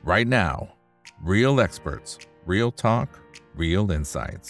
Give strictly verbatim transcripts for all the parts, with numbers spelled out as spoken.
right now. Real experts, real talk, real insights.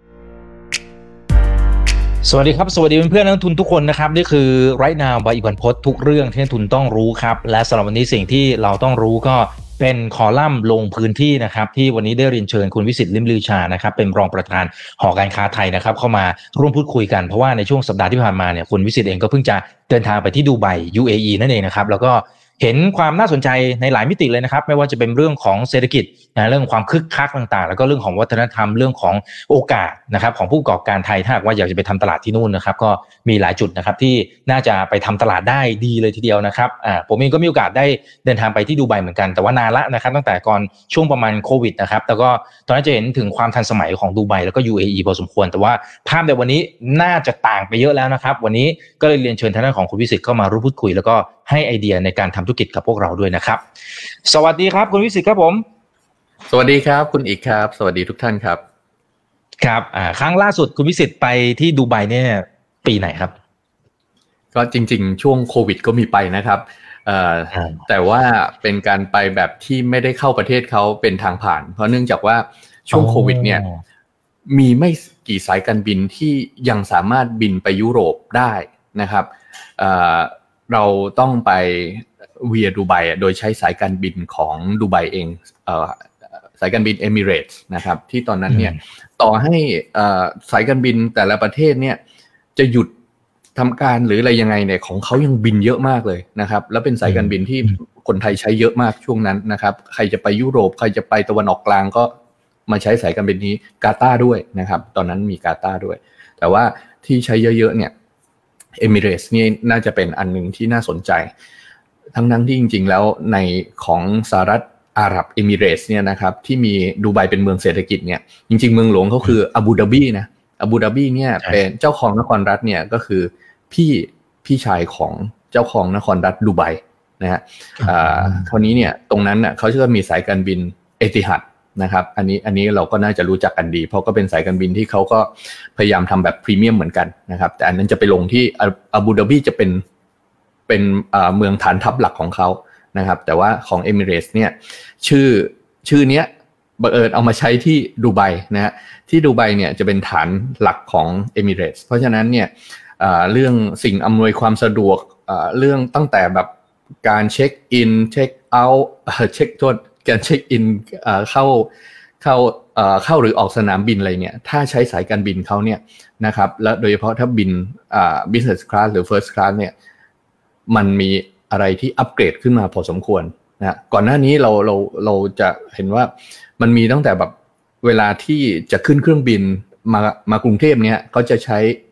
สวัสดีครับสวัสดีเพื่อนๆนักลงทุนทุกคนนะครับนี่คือ Right Now บายอีกวันพจน์ทุกเรื่องที่นักลงทุนต้องรู้ครับและสำหรับวันนี้สิ่งที่เราต้องรู้ก็เป็นคอลัมน์ลงพื้นที่นะครับที่วันนี้ได้เรียนเชิญคุณวิสิต ลิ้มลือชานะครับเป็นรองประธานหอการค้าไทยนะครับเข้ามาร่วมพูดคุยกันเพราะว่าในช่วงสัปดาห์ที่ผ่านมาเนี่ยคุณวิสิตเองก็เพิ่งจะเดินทางไปที่ดูไบ ยู เอ อี นั่นเองนะครับแล้วก็เห็นความน่าสนใจในหลายมิติเลยนะครับไม่ว่าจะเป็นเรื่องของเศรษฐกิจนะเรื่องความคึกคักต่างๆแล้วก็เรื่องของวัฒนธรรมเรื่องของโอกาสนะครับของผู้ประกอบการไทยถ้าหากว่าอยากจะไปทำตลาดที่นู่นนะครับก็มีหลายจุดนะครับที่น่าจะไปทำตลาดได้ดีเลยทีเดียวนะครับอ่าผมเองก็มีโอกาสได้เดินทางไปที่ดูไบเหมือนกันแต่ว่านานละนะครับตั้งแต่ก่อนช่วงประมาณโควิดนะครับแต่ก็ตอนนั้นจะเห็นถึงความทันสมัยของดูไบแล้วก็ ยู เอ อี พอสมควรแต่ว่าภาพในวันนี้น่าจะต่างไปเยอะแล้วนะครับวันนี้ก็เลยเรียนเชิญทางด้านของคุณวิสิตเข้ามาร่วมพูดคุยแล้วก็ให้ไอเดียในการทำธุรกิจกับพวกเราด้วยนะครับสวัสดีครับคุณวิสิตครับผมสวัสดีครับคุณอีกครับสวัสดีทุกท่านครับครับอ่าครั้งล่าสุดคุณวิสิตไปที่ดูไบเนี่ยปีไหนครับก็จริงๆช่วงโควิดก็มีไปนะครับเอ่อแต่ว่าเป็นการไปแบบที่ไม่ได้เข้าประเทศเขาเป็นทางผ่านเพราะเนื่องจากว่าช่วงโควิดเนี่ยมีไม่กี่สายการบินที่ยังสามารถบินไปยุโรปได้นะครับเอ่อเราต้องไปเวียดูไบโดยใช้สายการบินของดูไบเองเอ่อสายการบินเอมิเรตส์นะครับที่ตอนนั้นเนี่ยต่อให้เอ่อสายการบินแต่ละประเทศเนี่ยจะหยุดทำการหรืออะไรยังไงเนี่ยของเขายังบินเยอะมากเลยนะครับแล้วเป็นสายการบินที่คนไทยใช้เยอะมากช่วงนั้นนะครับใครจะไปยุโรปใครจะไปตะวันออกกลางก็มาใช้สายการบินนี้กาตาร์ด้วยนะครับตอนนั้นมีกาตาร์ด้วยแต่ว่าที่ใช้เยอะๆเนี่ยเอมิเรตส์นี่น่าจะเป็นอันนึงที่น่าสนใจทั้งๆที่จริงๆแล้วในของสหรัฐอาหรับเอมิเรตส์เนี่ยนะครับที่มีดูไบเป็นเมืองเศรษฐกิจเนี่ยจริงๆเมืองหลวงเขาคืออาบูดาบีนะอาบูดาบีเนี่ยเป็นเจ้าของนครรัฐเนี่ยก็คือพี่พี่ชายของเจ้าของนครรัฐดูไบนะฮะอ่าคราวนี้เนี่ยตรงนั้นน่ะเขาจะมีสายการบินเอติฮัดนะครับอันนี้อันนี้เราก็น่าจะรู้จักกันดีเพราะก็เป็นสายการบินที่เขาก็พยายามทำแบบพรีเมียมเหมือนกันนะครับแต่อันนั้นจะไปลงที่อาบูดาบีจะเป็นเป็นอ่าเมืองฐานทัพหลักของเขานะครับแต่ว่าของเอมิเรตส์เนี่ยชื่อชื่อเนี้ยบังเอิญเอามาใช้ที่ดูไบนะฮะที่ดูไบเนี่ยจะเป็นฐานหลักของเอมิเรตส์เพราะฉะนั้นเนี่ยเรื่องสิ่งอำนวยความสะดวกเรื่องตั้งแต่แบบการเช็คอินเช็คเอาท์เช็คโทษการเช็คอินเข้าเข้าเข้าหรือออกสนามบินอะไรเนี่ยถ้าใช้สายการบินเขาเนี่ยนะครับและโดยเฉพาะถ้าบิน business class หรือ first class เนี่ยมันมีอะไรที่อัปเกรดขึ้นมาพอสมควรนะก่อนหน้านี้เราเราเราจะเห็นว่ามันมีตั้งแต่แบบเวลาที่จะขึ้นเครื่องบินมามากรุงเทพเนี่ยเขาจะใช้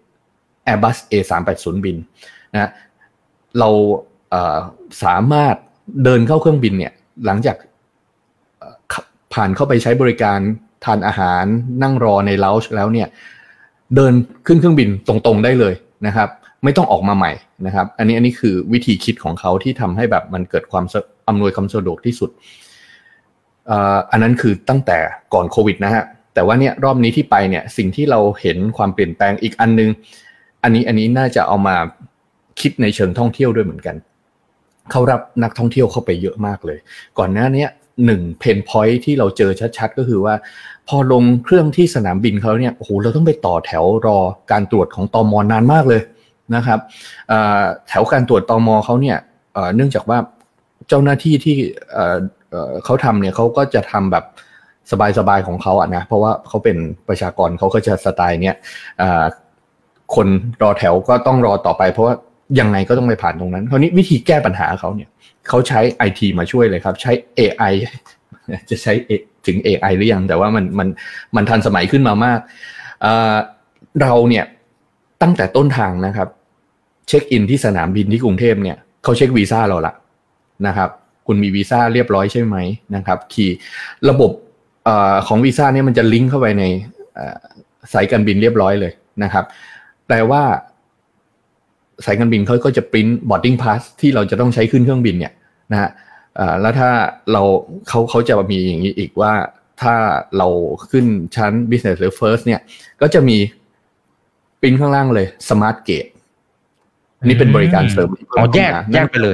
Airbus เอ สามแปดศูนย์ บินนะเราเอ่อสามารถเดินเข้าเครื่องบินเนี่ยหลังจากผ่านเข้าไปใช้บริการทานอาหารนั่งรอในเลาจ์แล้วเนี่ยเดินขึ้นเครื่องบินตรงๆได้เลยนะครับไม่ต้องออกมาใหม่นะครับอันนี้อันนี้คือวิธีคิดของเขาที่ทำให้แบบมันเกิดความอำนวยความสะดวกที่สุดอ่าอันนั้นคือตั้งแต่ก่อนโควิดนะฮะแต่ว่าเนี่ยรอบนี้ที่ไปเนี่ยสิ่งที่เราเห็นความเปลี่ยนแปลงอีกอันนึงอันนี้อันนี้น่าจะเอามาคิดในเชิงท่องเที่ยวด้วยเหมือนกันเขารับนักท่องเที่ยวเข้าไปเยอะมากเลยก่อนหน้านี้หนึ่งเพนพอยท์ที่เราเจอชัดๆก็คือว่าพอลงเครื่องที่สนามบินเขาเนี่ยโอ้โหเราต้องไปต่อแถวรอการตรวจของตม.นานมากเลยนะครับแถวการตรวจตม.เขาเนี่ยเนื่องจากว่าเจ้าหน้าที่ที่เขาทำเนี่ยเขาก็จะทำแบบสบายๆของเขาอ่ะนะเพราะว่าเขาเป็นประชากรเขาก็จะสไตล์เนี้ยคนรอแถวก็ต้องรอต่อไปเพราะว่ายังไงก็ต้องไปผ่านตรงนั้นคราวนี้วิธีแก้ปัญหาเขาเนี่ยเขาใช้ ไอ ที มาช่วยเลยครับใช้ เอ ไอ จะใช้ถึง เอ ไอ หรือยังแต่ว่ามันมันมันทันสมัยขึ้นมามากเราเนี่ยตั้งแต่ต้นทางนะครับเช็คอินที่สนามบินที่กรุงเทพเนี่ยเขาเช็ควีซ่าเราละนะครับคุณมีวีซ่าเรียบร้อยใช่ไหมนะครับขี่ระบบเอ่อของวีซ่าเนี่ยมันจะลิงก์เข้าไปในสายการบินเรียบร้อยเลยนะครับแปลว่าสายการบินเขาก็จะปริ้น boarding pass ที่เราจะต้องใช้ขึ้นเครื่องบินเนี่ยนะฮะแล้วถ้าเราเขาเขาจะมีอย่างนี้อีกว่าถ้าเราขึ้นชั้น business หรือ first เนี่ยก็จะมีปริ้นข้างล่างเลย smart gate นี่เป็นบริการเสริมอ๋อแยกแยกไปเลย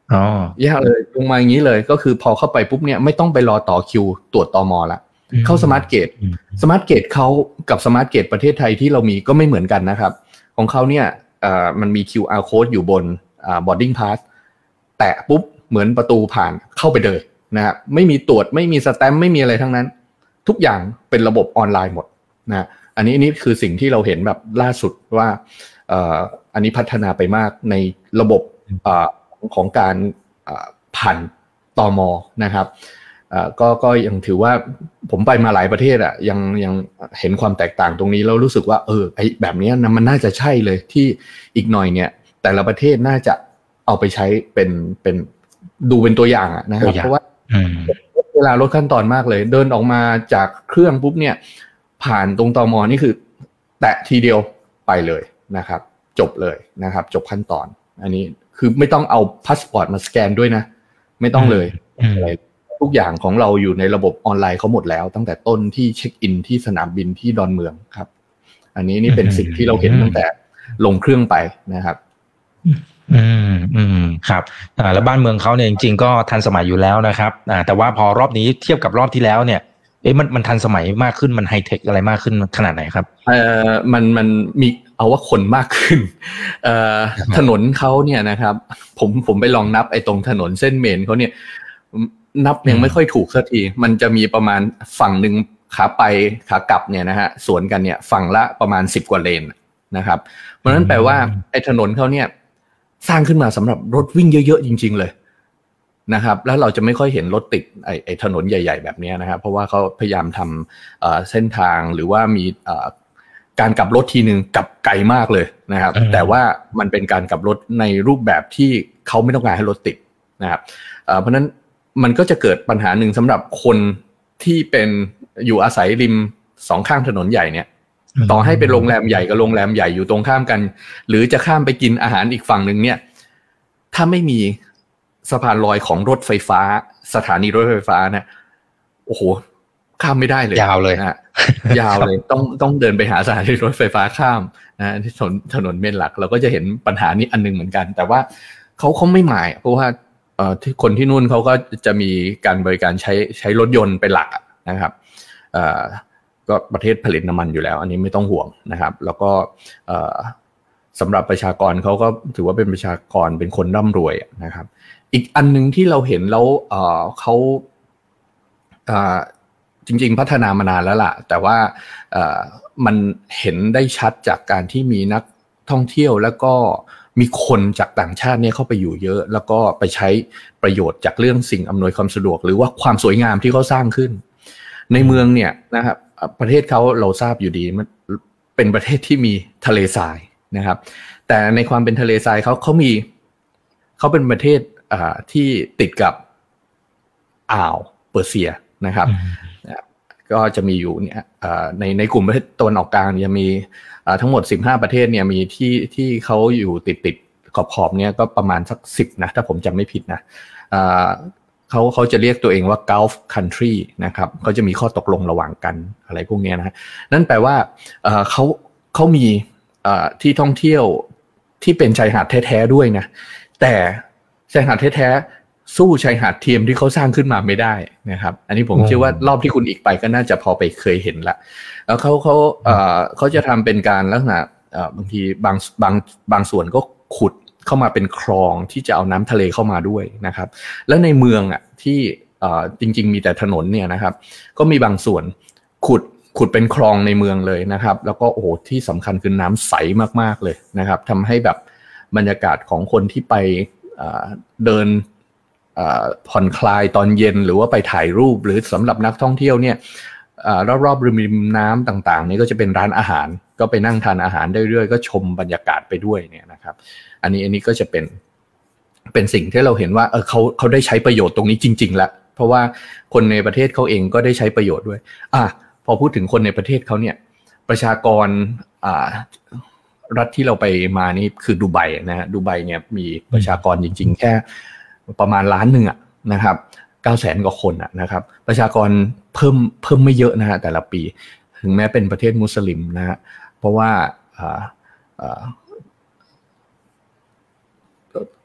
อ๋อยากเลยลงมาอย่างนี้เลยก็คือพอเข้าไปปุ๊บเนี่ยไม่ต้องไปรอต่อคิวตรวจตม.ละเข้าสมาร์ทเกตสมาร์ทเกตเขากับสมาร์ทเกตประเทศไทยที่เรามีก็ไม่เหมือนกันนะครับของเขาเนี่ยมันมี คิว อาร์ code อยู่บน boarding pass แตะปุ๊บเหมือนประตูผ่านเข้าไปเลยนะครับไม่มีตรวจไม่มีสแตมป์ไม่มีอะไรทั้งนั้นทุกอย่างเป็นระบบออนไลน์หมดนะอันนี้นี่คือสิ่งที่เราเห็นแบบล่าสุดว่าอันนี้พัฒนาไปมากในระบบของการผ่านตม.นะครับก็ก็ยังถือว่าผมไปมาหลายประเทศอ่ะยังยังเห็นความแตกต่างตรงนี้แล้วรู้สึกว่าเออไอ้แบบนี้นะมันน่าจะใช่เลยที่อีกหน่อยเนี่ยแต่ละประเทศน่าจะเอาไปใช้เป็นเป็นดูเป็นตัวอย่างอ่ะนะครับเพราะว่าเวลาลดขั้นตอนมากเลยเดินออกมาจากเครื่องปุ๊บเนี่ยผ่านตรงตม.นี่คือแตะทีเดียวไปเลยนะครับจบเลยนะครับจบขั้นตอนอันนี้คือไม่ต้องเอาพาสปอร์ตมาสแกนด้วยนะไม่ต้องเลยอะไรทุกอย่างของเราอยู่ในระบบออนไลน์เขาหมดแล้วตั้งแต่ต้นที่เช็คอินที่สนามบินที่ดอนเมืองครับอันนี้นี่เป็นสิ่งที่เราเห็นตั้งแต่ลงเครื่องไปนะครับอืมอืมครับอ่าแล้วบ้านเมืองเขาเนี่ยจริงๆก็ทันสมัยอยู่แล้วนะครับอ่าแต่ว่าพอรอบนี้เทียบกับรอบที่แล้วเนี่ยเอ๊ะมันมันทันสมัยมากขึ้นมันไฮเทคอะไรมากขึ้นขนาดไหนครับเอ่อมันมันมีเอาว่าคนมากขึ้นเอ่อถนนเขาเนี่ยนะครับผมผมไปลองนับไอ้ตรงถนนเส้นเมนเขาเนี่ยนับยังไม่ค่อยถูกสักทีมันจะมีประมาณฝั่งหนึ่งขาไปขากลับเนี่ยนะฮะสวนกันเนี่ยฝั่งละประมาณสิบกว่าเลนนะครับเพราะฉะนั้นแปลว่าไอ้ถนนเขาเนี่ยสร้างขึ้นมาสำหรับรถวิ่งเยอะๆจริงๆเลยนะครับแล้วเราจะไม่ค่อยเห็นรถติดไอ้ไอ้ถนนใหญ่ๆแบบนี้นะครับเพราะว่าเขาพยายามทำเอ่อเส้นทางหรือว่ามีเอ่อการกลับรถทีนึงกลับไกลมากเลยนะครับแต่ว่ามันเป็นการกลับรถในรูปแบบที่เขาไม่ต้องการให้รถติดนะครับเอ่อเพราะนั้นมันก็จะเกิดปัญหาหนึ่งสำหรับคนที่เป็นอยู่อาศัยริมสองข้างถนนใหญ่เนี่ยต่อให้เป็นโรงแรมใหญ่กับโรงแรมใหญ่อยู่ตรงข้ามกันหรือจะข้ามไปกินอาหารอีกฝั่งนึงเนี่ยถ้าไม่มีสะพานลอยของรถไฟฟ้าสถานีรถไฟฟ้าเนี่ยโอ้โหข้ามไม่ได้เลยยาวเลยนะยาวเลยต้องต้องเดินไปหาสถานีรถไฟฟ้าข้ามนะที่ถนนถนนเมนหลักเราก็จะเห็นปัญหานี้อันนึงเหมือนกันแต่ว่าเขาเขาไม่หมายเพราะว่าเอ่อที่คนที่นู่นเขาก็จะมีการบริการใช้ใช้รถยนต์เป็นหลักนะครับเอ่อก็ประเทศผลิตน้ำมันอยู่แล้วอันนี้ไม่ต้องห่วงนะครับแล้วก็เอ่อสำหรับประชากรเขาก็ถือว่าเป็นประชากรเป็นคนร่ำรวยนะครับอีกอันนึงที่เราเห็นแล้วเอ่อเขาเอ่อจริงๆพัฒนามานานแล้วล่ะแต่ว่าเอ่อมันเห็นได้ชัดจากการที่มีนักท่องเที่ยวแล้วก็มีคนจากต่างชาติเนี่ยเข้าไปอยู่เยอะแล้วก็ไปใช้ประโยชน์จากเรื่องสิ่งอำนวยความสะดวกหรือว่าความสวยงามที่เขาสร้างขึ้นในเมืองเนี่ยนะครับประเทศเขาเราทราบอยู่ดีมันเป็นประเทศที่มีทะเลทรายนะครับแต่ในความเป็นทะเลทรายเขาเขามีเขาเป็นประเทศอ่าที่ติดกับอ่าวเปอร์เซียนะครับก็จะมีอยู่เนี่ยในในกลุ่มประเทศตะวันออกกลางจะมีทั้งหมดสิบห้าประเทศเนี่ยมีที่ที่เขาอยู่ติดติดขอบขอบเนี่ยก็ประมาณสักสิบนะถ้าผมจำไม่ผิดนะเขาเขาจะเรียกตัวเองว่า Gulf Country นะครับเขาจะมีข้อตกลงระหว่างกันอะไรพวกนี้นะนั่นแปลว่าเขาเขามีที่ท่องเที่ยวที่เป็นชายหาดแท้ๆด้วยนะแต่ชายหาดแท้ๆสู้ชายหาดเทียมที่เขาสร้างขึ้นมาไม่ได้นะครับอันนี้ผมเชื่อว่ารอบที่คุณอีกไปก็น่าจะพอไปเคยเห็นละแล้วเขาเขาเอ่อเขาจะทำเป็นการลักษณะเอ่อบางทีบางบางบางส่วนก็ขุดเข้ามาเป็นคลองที่จะเอาน้ำทะเลเข้ามาด้วยนะครับแล้วในเมืองอ่ะที่เอ่อจริงๆมีแต่ถนนเนี่ยนะครับก็มีบางส่วนขุดขุดเป็นคลองในเมืองเลยนะครับแล้วก็โอ้โหที่สำคัญคือน้ำใสมากๆเลยนะครับทำให้แบบบรรยากาศของคนที่ไปเอ่อเดินผ่อนคลายตอนเย็นหรือว่าไปถ่ายรูปหรือสำหรับนักท่องเที่ยวเนี่ยรอบๆริมน้ำต่างๆนี่ก็จะเป็นร้านอาหารก็ไปนั่งทานอาหารได้เรื่อยก็ชมบรรยากาศไปด้วยเนี่ยนะครับอันนี้อันนี้ก็จะเป็นเป็นสิ่งที่เราเห็นว่าเออเขาเขาได้ใช้ประโยชน์ตรงนี้จริงๆแล้วเพราะว่าคนในประเทศเขาเองก็ได้ใช้ประโยชน์ด้วยอ่ะพอพูดถึงคนในประเทศเขาเนี่ยประชากรอ่ารัฐที่เราไปมานี่คือดูไบนะฮะดูไบเนี่ยมีประชากรจริงๆแค่ประมาณล้านหนึ่งอะนะครับเก้าแสนกว่าคนอะนะครับประชากรเพิ่มเพิ่มไม่เยอะนะฮะแต่ละปีถึงแม้เป็นประเทศมุสลิมนะฮะเพราะว่า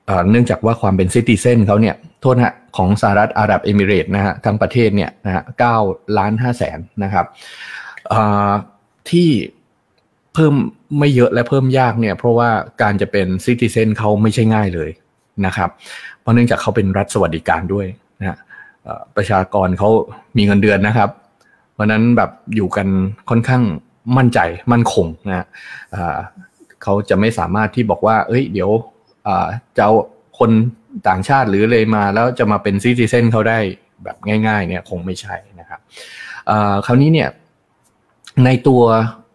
เนื่องจากว่าความเป็นซิติเซนเขาเนี่ยโทษฮะของสหรัฐอาหรับเอมิเรตส์นะฮะทั้งประเทศเนี่ยนะฮะเก้าล้านห้าแสนนะครับที่เพิ่มไม่เยอะและเพิ่มยากเนี่ยเพราะว่าการจะเป็นซิติเซนเขาไม่ใช่ง่ายเลยนะครับเพราะเนื่องจากเขาเป็นรัฐสวัสดิการด้วยนะฮะประชากรเขามีเงินเดือนนะครับเพราะนั้นแบบอยู่กันค่อนข้างมั่นใจมั่นคงนะฮะเขาจะไม่สามารถที่บอกว่าเอ้ยเดี๋ยวจะเอาคนต่างชาติหรือเลยมาแล้วจะมาเป็นซิติเซนเขาได้แบบง่ายๆเนี่ยคงไม่ใช่นะครับคราวนี้เนี่ยในตัว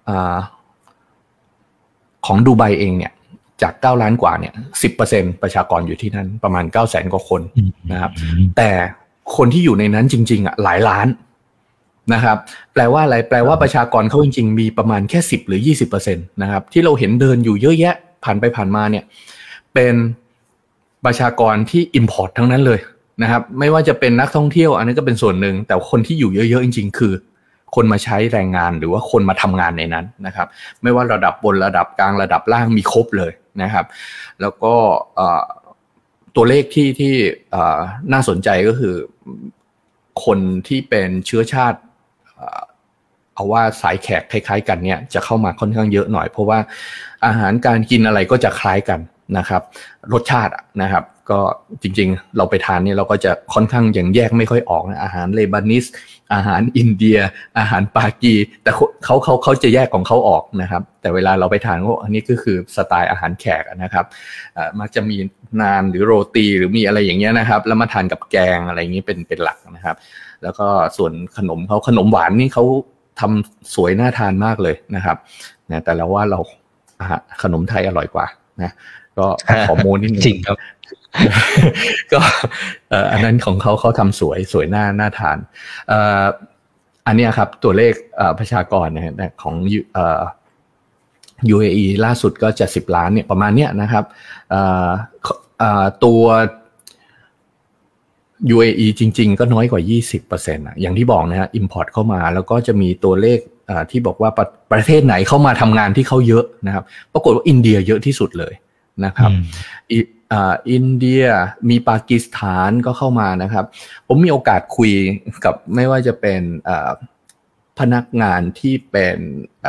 ของดูไบเองเนี่ยจากเก้าล้านกว่าเนี่ย สิบเปอร์เซ็นต์ ประชากรอยู่ที่นั่นประมาณ เก้าแสน กว่าคนนะครับแต่คนที่อยู่ในนั้นจริงๆอ่ะหลายล้านนะครับแปลว่าอะไรแปลว่าประชากรเขาจริงๆมีประมาณแค่สิบหรือ ยี่สิบเปอร์เซ็นต์ นะครับที่เราเห็นเดินอยู่เยอะแยะผ่านไปผ่านมาเนี่ยเป็นประชากรที่ import ทั้งนั้นเลยนะครับไม่ว่าจะเป็นนักท่องเที่ยวอันนี้ก็เป็นส่วนหนึ่งแต่คนที่อยู่เยอะๆจริงๆคือคนมาใช้แรงงานหรือว่าคนมาทำงานในนั้นนะครับไม่ว่าระดับบนระดับกลางระดับล่างมีครบเลยนะครับแล้วก็ตัวเลขที่ที่น่าสนใจก็คือคนที่เป็นเชื้อชาติเอาว่าสายแขกคล้ายๆกันเนี่ยจะเข้ามาค่อนข้างเยอะหน่อยเพราะว่าอาหารการกินอะไรก็จะคล้ายกันนะครับรสชาตินะครับก็จริงๆเราไปทานเนี่ยเราก็จะค่อนข้างยังแยกไม่ค่อยออกนะอาหารเลบานิสอาหารอินเดียอาหารปากีแต่เขาเขาเขาจะแยกของเขาออกนะครับแต่เวลาเราไปทานก็อันนี้ก็คือสไตล์อาหารแขกนะครับมักจะมีนานหรือโรตีหรือมีอะไรอย่างเงี้ยนะครับแล้วมาทานกับแกงอะไรอย่างงี้เป็นเป็นหลักนะครับแล้วก็ส่วนขนมเขาขนมหวานนี่เขาทำสวยน่าทานมากเลยนะครับนะแต่แล้วว่าเราขนมไทยอร่อยกว่านะก็ขอโมนิดนึงจริงครับก็อันนั้นของเขาเขาทำสวยสวยน่าน่าทานอันนี้ครับตัวเลขประชากรนะของ ยู เอ อี ล่าสุดก็จะสิบล้านเนี่ยประมาณเนี้ยนะครับตัว ยู เอ อี จริงๆก็น้อยกว่า ยี่สิบเปอร์เซ็นต์ อ่ะอย่างที่บอกนะฮะ import เข้ามาแล้วก็จะมีตัวเลขที่บอกว่าประประเทศไหนเข้ามาทำงานที่เขาเยอะนะครับปรากฏว่าอินเดียเยอะที่สุดเลยนะครับอ่าอินเดียมีปากีสถานก็เข้ามานะครับผมมีโอกาสคุยกับไม่ว่าจะเป็นพนักงานที่เป็น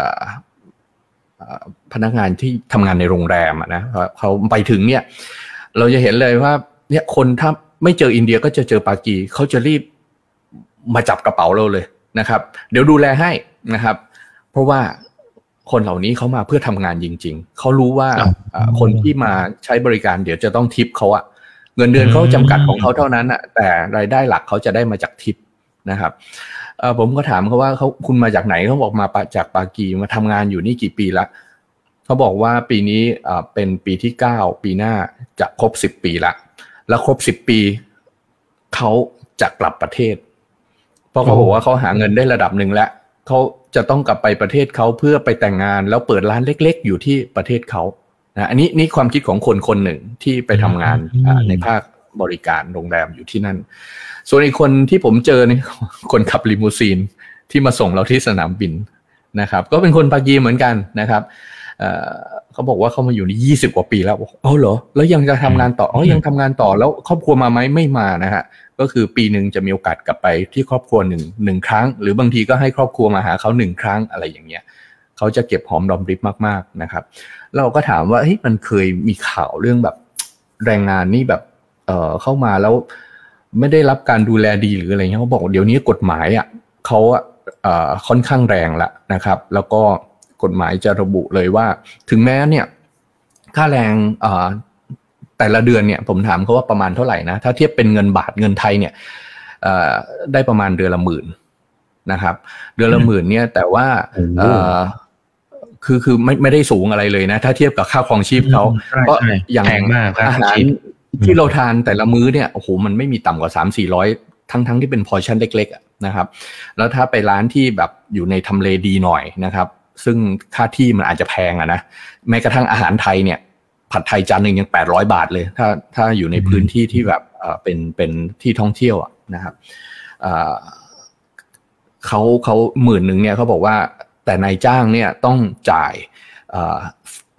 พนักงานที่ทำงานในโรงแรมนะเขาไปถึงเนี่ยเราจะเห็นเลยว่าเนี่ยคนถ้าไม่เจออินเดียก็จะเจอปากีเขาจะรีบมาจับกระเป๋าเราเลยนะครับเดี๋ยวดูแลให้นะครับเพราะว่าคนเหล่านี้เขามาเพื่อทำงานจริงๆเขารู้ว่าคนที่มาใช้บริการเดี๋ยวจะต้องทิปเขาอะเงินเดือนเขาจำกัดของเขาเท่านั้นอะแต่รายได้หลักเขาจะได้มาจากทิปนะครับผมก็ถามเขาว่าเขาคุณมาจากไหนเขาบอกมาจากปากีมาทำงานอยู่นี่กี่ปีละเขาบอกว่าปีนี้เป็นปีที่เก้าปีหน้าจะครบสิบปีละแล้วครบสิบปีเขาจะกลับประเทศเพราะเขาบอกว่าเขาหาเงินได้ระดับหนึ่งแล้วเขาจะต้องกลับไปประเทศเขาเพื่อไปแต่งงานแล้วเปิดร้านเล็กๆอยู่ที่ประเทศเขานะอันนี้นี่ความคิดของคนคนหนึ่งที่ไปทำงานในภาคบริการโรงแรมอยู่ที่นั่นส่วนอีกคนที่ผมเจอเนี่ยคนขับลิมูซีนที่มาส่งเราที่สนามบินนะครับก็เป็นคนปากีเหมือนกันนะครับเขาบอกว่าเขามาอยู่นี่ยี่สิบกว่าปีแล้วอ๋อเหรอแล้วยังจะทำงานต่ออ๋อยังทำงานต่อแล้วครอบครัวมาไหมไม่มานะฮะก็คือปีนึงจะมีโอกาสกลับไปที่ครอบครัวหนึ่งหนึ่งครั้งหรือบางทีก็ให้ครอบครัวมาหาเขาหนึ่งครั้งอะไรอย่างเงี้ยเขาจะเก็บหอมรอมริบมากๆนะครับเราก็ถามว่าเฮ้ยมันเคยมีข่าวเรื่องแบบแรงงานนี่แบบเอ่อเข้ามาแล้วไม่ได้รับการดูแลดีหรืออะไรเงี้ยเขาบอกเดี๋ยวนี้กฎหมายอ่ะเขาเอ่อค่อนข้างแรงละนะครับแล้วก็กฎหมายจะระบุเลยว่าถึงแม้เนี่ยค่าแรงเอ่อแต่ละเดือนเนี่ยผมถามเขาว่าประมาณเท่าไหร่นะถ้าเทียบเป็นเงินบาทเงินไทยเนี่ยเอ่อได้ประมาณเดือนละหมื่นนะครับเดือนละหมื่นเนี่ยแต่ว่าเอ่อคือคือไม่ไม่ได้สูงอะไรเลยนะถ้าเทียบกับค่าครองชีพเขาก็อย่างอาหารที่เราทานแต่ละมื้อเนี่ยโอ้โหมันไม่มีต่ำกว่า สามถึงสี่ร้อย ทั้งทั้งที่เป็นพอร์ชั่นเล็กๆนะครับแล้วถ้าไปร้านที่แบบอยู่ในทำเลดีหน่อยนะครับซึ่งค่าที่มันอาจจะแพงอะนะแม้กระทั่งอาหารไทยเนี่ยผัดไทยจานหนึ่งยังแปดร้อยบาทเลยถ้าถ้าอยู่ในพื้นที่ที่แบบเอ่อเป็นเป็นที่ท่องเที่ยวอ่ะนะครับเอ่อเขาเขาหมื่นหนึ่งเนี่ยเขาบอกว่าแต่นายจ้างเนี่ยต้องจ่ายเอ่อ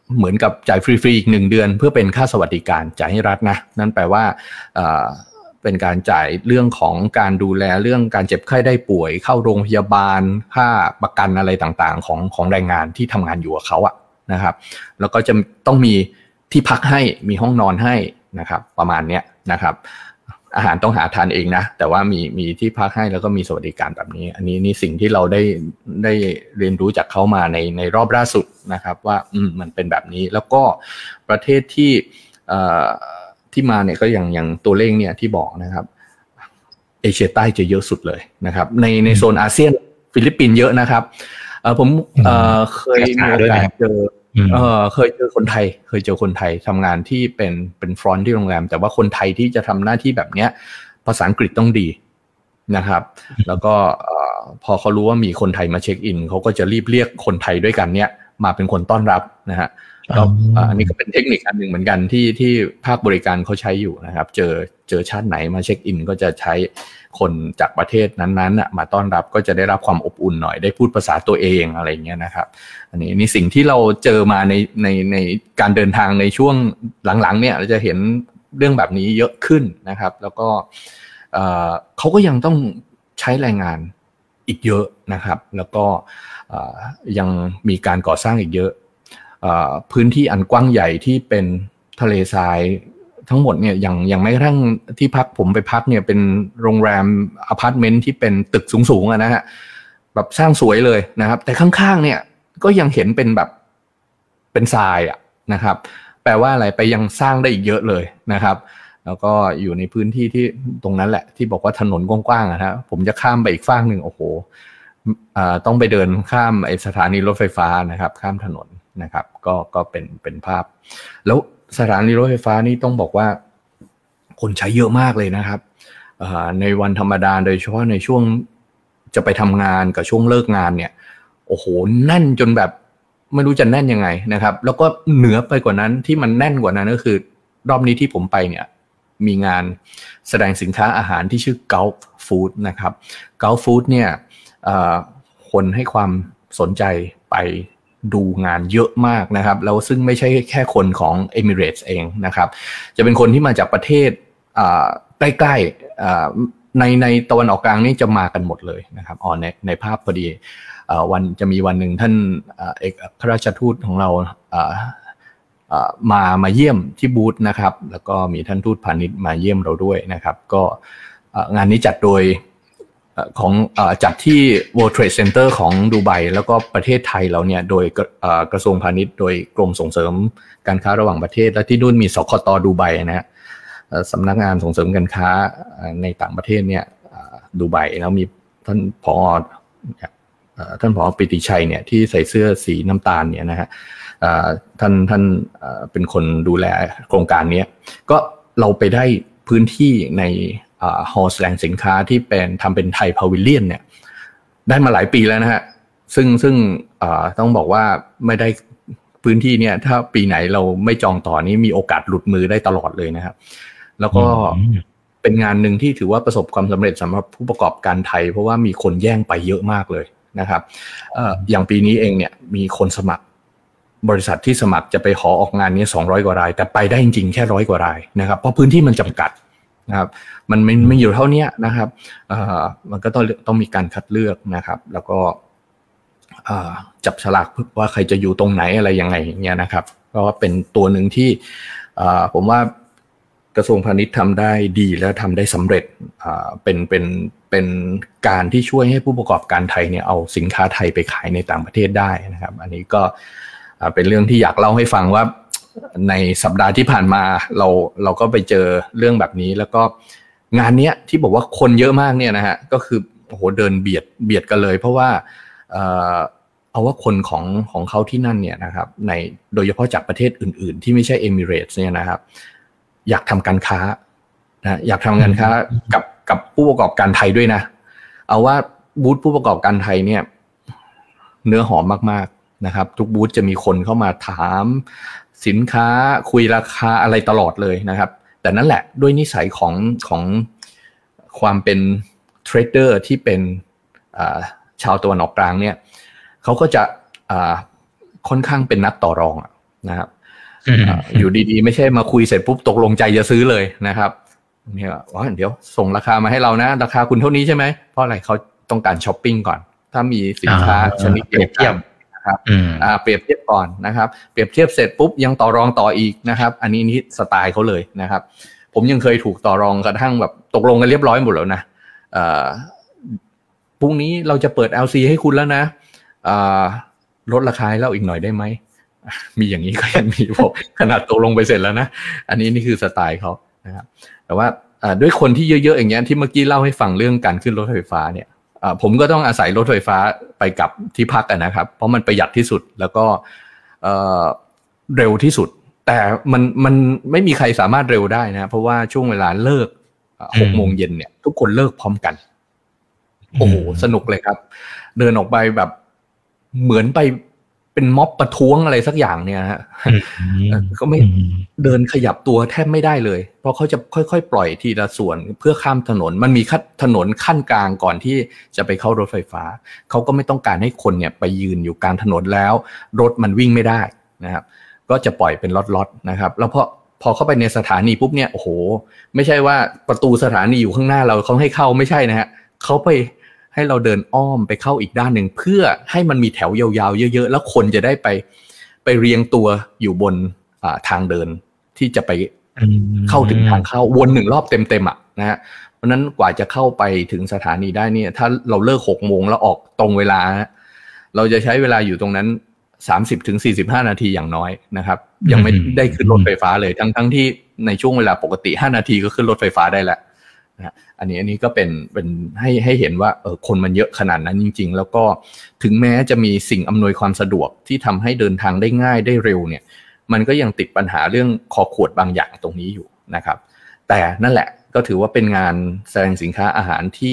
เหมือนกับจ่ายฟรีๆอีกหนึ่งเดือนเพื่อเป็นค่าสวัสดิการจ่ายให้รัฐนะนั่นแปลว่าเป็นการจ่ายเรื่องของการดูแลเรื่องการเจ็บไข้ได้ป่วยเข้าโรงพยาบาลค่าประกันอะไรต่างๆของของแรงงานที่ทำงานอยู่กับเขาอะนะครับแล้วก็จะต้องมีที่พักให้มีห้องนอนให้นะครับประมาณเนี้ยนะครับอาหารต้องหาทานเองนะแต่ว่ามีมีที่พักให้แล้วก็มีสวัสดิการแบบนี้อันนี้นี่สิ่งที่เราได้ได้เรียนรู้จากเขามาในในรอบล่าสุดนะครับว่าอืมมันเป็นแบบนี้แล้วก็ประเทศที่เอ่อที่มาเนี่ยก็อย่างอย่างตัวเลขเนี่ยที่บอกนะครับเอเชียใต้จะเยอะสุดเลยนะครับในในโซนอาเซียนฟิลิปปินส์เยอะนะครับเอ่อผมเอ่อเคยมีโอกาสเจอเออเคยเจอคนไทยเคยเจอคนไทยทำงานที่เป็นเป็นฟรอนต์ที่โรงแรมแต่ว่าคนไทยที่จะทำหน้าที่แบบเนี้ยภาษาอังกฤษต้องดีนะครับแล้วก็พอเขารู้ว่ามีคนไทยมาเช็คอินเขาก็จะรีบเรียกคนไทยด้วยกันเนี้ยมาเป็นคนต้อนรับนะฮะก็อันนี้ก็เป็นเทคนิคอันหนึ่งเหมือนกันที่ที่ภาคบริการเขาใช้อยู่นะครับเจอเจอชาติไหนมาเช็คอินก็จะใช้คนจากประเทศนั้นๆมาต้อนรับก็จะได้รับความอบอุ่นหน่อยได้พูดภาษาตัวเองอะไรเงี้ยนะครับอันนี้นี่สิ่งที่เราเจอมาในในในการเดินทางในช่วงหลังๆเนี่ยเราจะเห็นเรื่องแบบนี้เยอะขึ้นนะครับแล้วก็เขาก็ยังต้องใช้แรงงานอีกเยอะนะครับแล้วก็ยังมีการก่อสร้างอีกเยอะพื้นที่อันกว้างใหญ่ที่เป็นทะเลทรายทั้งหมดเนี่ยยังยังไม่กระทั่งที่พักผมไปพักเนี่ยเป็นโรงแรมอพาร์ตเมนต์ที่เป็นตึกสูงๆอะนะฮะแบบสร้างสวยเลยนะครับแต่ข้างๆเนี่ยก็ยังเห็นเป็นแบบเป็นทรายอะนะครับแปลว่าอะไรไปยังสร้างได้อีกเยอะเลยนะครับแล้วก็อยู่ในพื้นที่ที่ตรงนั้นแหละที่บอกว่าถนนกว้างๆอะนะผมจะข้ามไปอีกฝั่งหนึ่งโอ้โหอ่าต้องไปเดินข้ามไอ้สถานีรถไฟฟ้านะครับข้ามถนนนะครับก็ก็เป็นเป็นภาพแล้วสถานีรถไฟฟ้านี่ต้องบอกว่าคนใช้เยอะมากเลยนะครับในวันธรรมดาโดยเฉพาะในช่วงจะไปทำงานกับช่วงเลิกงานเนี่ยโอ้โหแน่นจนแบบไม่รู้จะแน่นยังไงนะครับแล้วก็เหนือไปกว่านั้นที่มันแน่นกว่านั้นก็คือรอบนี้ที่ผมไปเนี่ยมีงานแสดงสินค้าอาหารที่ชื่อ Gulf Food นะครับ Gulf Food เนี่ยคนให้ความสนใจไปดูงานเยอะมากนะครับแล้วซึ่งไม่ใช่แค่คนของ Emirates เองนะครับจะเป็นคนที่มาจากประเทศใกล้ๆในในตะวันออกกลางนี่จะมากันหมดเลยนะครับอ๋อในในภาพพอดีวันจะมีวันหนึ่งท่านเอกอัครราชทูตของเรามามาเยี่ยมที่บูธนะครับแล้วก็มีท่านทูตพาณิชย์มาเยี่ยมเราด้วยนะครับก็งานนี้จัดโดยของจัดที่ World Trade Center ของดูไบแล้วก็ประเทศไทยเราเนี่ยโดยกระทรวงพาณิชย์โดยกรมส่งเสริมการค้าระหว่างประเทศและที่นู่นมีสคต.ดูไบนะฮะสำนักงานส่งเสริมการค้าในต่างประเทศเนี่ยดูไบแล้วมีท่านผอ.ท่านผอ.ปิติชัยเนี่ยที่ใส่เสื้อสีน้ำตาลเนี่ยนะฮะท่านท่านเป็นคนดูแลโครงการนี้ก็เราไปได้พื้นที่ในฮอลล์แสดงสินค้าที่เป็นทำเป็นไทยพาวิเลียนเนี่ยได้มาหลายปีแล้วนะฮะซึ่งซึ่งต้องบอกว่าไม่ได้พื้นที่เนี่ยถ้าปีไหนเราไม่จองต่อนี้มีโอกาสหลุดมือได้ตลอดเลยนะครับแล้วก็เป็นงานหนึ่งที่ถือว่าประสบความสำเร็จสำหรับผู้ประกอบการไทยเพราะว่ามีคนแย่งไปเยอะมากเลยนะครับอย่างปีนี้เองเนี่ยมีคนสมัครบริษัทที่สมัครจะไปขอออกงานนี้สองร้อยกว่ารายแต่ไปได้จริงๆแค่ร้อยกว่ารายนะครับเพราะพื้นที่มันจำกัดนะครับมันไม่ไม่อยู่เท่านี้นะครับเอ่อมันก็ต้องต้องมีการคัดเลือกนะครับแล้วก็เอ่อจับฉลากว่าใครจะอยู่ตรงไหนอะไรยังไงอย่างเงี้ยนะครับก็เป็นตัวหนึ่งที่เอ่อผมว่ากระทรวงพาณิชย์ทำได้ดีและทำได้สำเร็จเอ่อเป็นเป็นเป็นการที่ช่วยให้ผู้ประกอบการไทยเนี่ยเอาสินค้าไทยไปขายในต่างประเทศได้นะครับอันนี้ก็เป็นเรื่องที่อยากเล่าให้ฟังว่าในสัปดาห์ที่ผ่านมาเราเราก็ไปเจอเรื่องแบบนี้แล้วก็งานนี้ที่บอกว่าคนเยอะมากเนี่ยนะฮะก็คือโอ้โหเดินเบียดเบียดกันเลยเพราะว่าเอ่อเอาว่าคนของของเขาที่นั่นเนี่ยนะครับในโดยเฉพาะจากประเทศอื่นๆที่ไม่ใช่เอมิเรตส์เนี่ยนะครับอยากทำการค้านะอยากทำการค้ากับกับผู้ประกอบการไทยด้วยนะเอาว่าบูธผู้ประกอบการไทยเนี่ยเนื้อหอมมากๆนะครับทุกบูธจะมีคนเข้ามาถามสินค้าคุยราคาอะไรตลอดเลยนะครับแต่นั่นแหละด้วยนิสัยของของความเป็นเทรดเดอร์ที่เป็นชาวตะวันออกกลางเนี่ยเขาก็จะค่อนข้างเป็นนักต่อรองนะครับอยู่ดีๆไม่ใช่มาคุยเสร็จปุ๊บตกลงใจจะซื้อเลยนะครับเนี่ยว่าเดี๋ยวส่งราคามาให้เรานะราคาคุณเท่านี้ใช่ไหมเพราะอะไรเขาต้องการช้อปปิ้งก่อนถ้ามีสินค้าชนิดเปรียบเทียบนะครับอ่าเปรียบเทียบก่อนนะครับเปรียบเทียบเสร็จปุ๊บยังต่อรองต่ออีกนะครับอันนี้นี่สไตล์เขาเลยนะครับผมยังเคยถูกต่อรองกระทั่งแบบตกลงกันเรียบร้อยหมดแล้วนะอ่าพรุ่งนี้เราจะเปิด แอล ซี ให้คุณแล้วนะอ่าลดราคาให้เราอีกหน่อยได้ไหมมีอย่างนี้ก็ยังมีผมขนาดตกลงไปเสร็จแล้วนะอันนี้นี่คือสไตล์เขานะครับแต่ว่าด้วยคนที่เยอะๆอย่างเงี้ยที่เมื่อกี้เล่าให้ฟังเรื่องการขึ้นรถไฟฟ้าเนี่ยผมก็ต้องอาศัยรถไฟฟ้าไปกับที่พักนะครับเพราะมันประหยัดที่สุดแล้วก็เร็วที่สุดแต่มันมันไม่มีใครสามารถเร็วได้นะเพราะว่าช่วงเวลาเลิกหกโมงเย็นเนี่ยทุกคนเลิกพร้อมกันโอ้โหสนุกเลยครับเดินออกไปแบบเหมือนไปเป็นม็อบประท้วงอะไรสักอย่างเนี่ยฮะก็ไม่เดินขยับตัวแทบไม่ได้เลยเพราะเขาจะค่อยๆปล่อยทีละส่วนเพื่อข้ามถนนมันมีถนนขั้นกลางก่อนที่จะไปเข้ารถไฟฟ้าเขาก็ไม่ต้องการให้คนเนี่ยไปยืนอยู่กลางถนนแล้วรถมันวิ่งไม่ได้นะครับก็จะปล่อยเป็นล็อตๆนะครับแล้วพอพอเข้าไปในสถานีปุ๊บเนี่ยโอ้โหไม่ใช่ว่าประตูสถานีอยู่ข้างหน้าเราเขาให้เข้าไม่ใช่นะฮะเขาไปให้เราเดินอ้อมไปเข้าอีกด้านหนึ่งเพื่อให้มันมีแถวยาวๆเยอะๆแล้วคนจะได้ไปไปเรียงตัวอยู่บนทางเดินที่จะไปเข้าถึงทางเข้าวนหนึ่งรอบเต็มๆอ่ะนะฮะเพราะนั้นกว่าจะเข้าไปถึงสถานีได้เนี่ยถ้าเราเลิกหกโมงแล้วออกตรงเวลาเราจะใช้เวลาอยู่ตรงนั้นสามสิบถึงสี่สิบห้านาทีอย่างน้อยนะครับยังไม่ได้ขึ้นรถไฟฟ้าเลยทั้งๆที่ในช่วงเวลาปกติห้านาทีก็ขึ้นรถไฟฟ้าได้แล้วนะอันนี้อันนี้ก็เป็นเป็นให้ให้เห็นว่าเออคนมันเยอะขนาดนั้นจริงๆแล้วก็ถึงแม้จะมีสิ่งอำนวยความสะดวกที่ทำให้เดินทางได้ง่ายได้เร็วเนี่ยมันก็ยังติดปัญหาเรื่องคอขวดบางอย่างตรงนี้อยู่นะครับแต่นั่นแหละก็ถือว่าเป็นงานแสดงสินค้าอาหารที่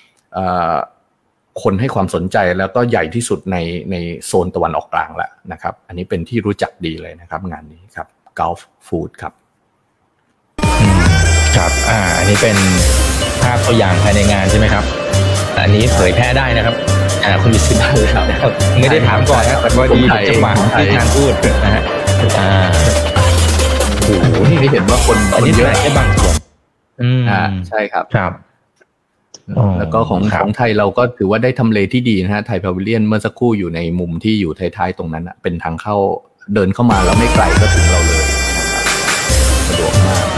คนให้ความสนใจแล้วก็ใหญ่ที่สุดในในโซนตะวันออกกลางแล้วนะครับอันนี้เป็นที่รู้จักดีเลยนะครับงานนี้ครับ Gulf Food ครับครับอ่าอันนี้เป็นภาพตัวอย่างภายในงานใช่ไหมครับอันนี้เผยแพร่ได้นะครับอ่าคุณวิสิทธิ์ได้ครับไม่ได้ถามก่อนนะครับว่าดีจังหวะที่ทางพูดนะฮะอ่าโอ้โหนี่เห็นว่าคนอันนี้เยอะแค่บางส่วนอืมอ่าใช่ครับครับแล้วก็ของของไทยเราก็ถือว่าได้ทำเลที่ดีนะฮะไทยพาวิเลียนเมื่อสักครู่อยู่ในมุมที่อยู่ท้ายๆตรงนั้นอ่ะเป็นทางเข้าเดินเข้ามาแล้วไม่ไกลก็ถึงเราเลยสะดวกมาก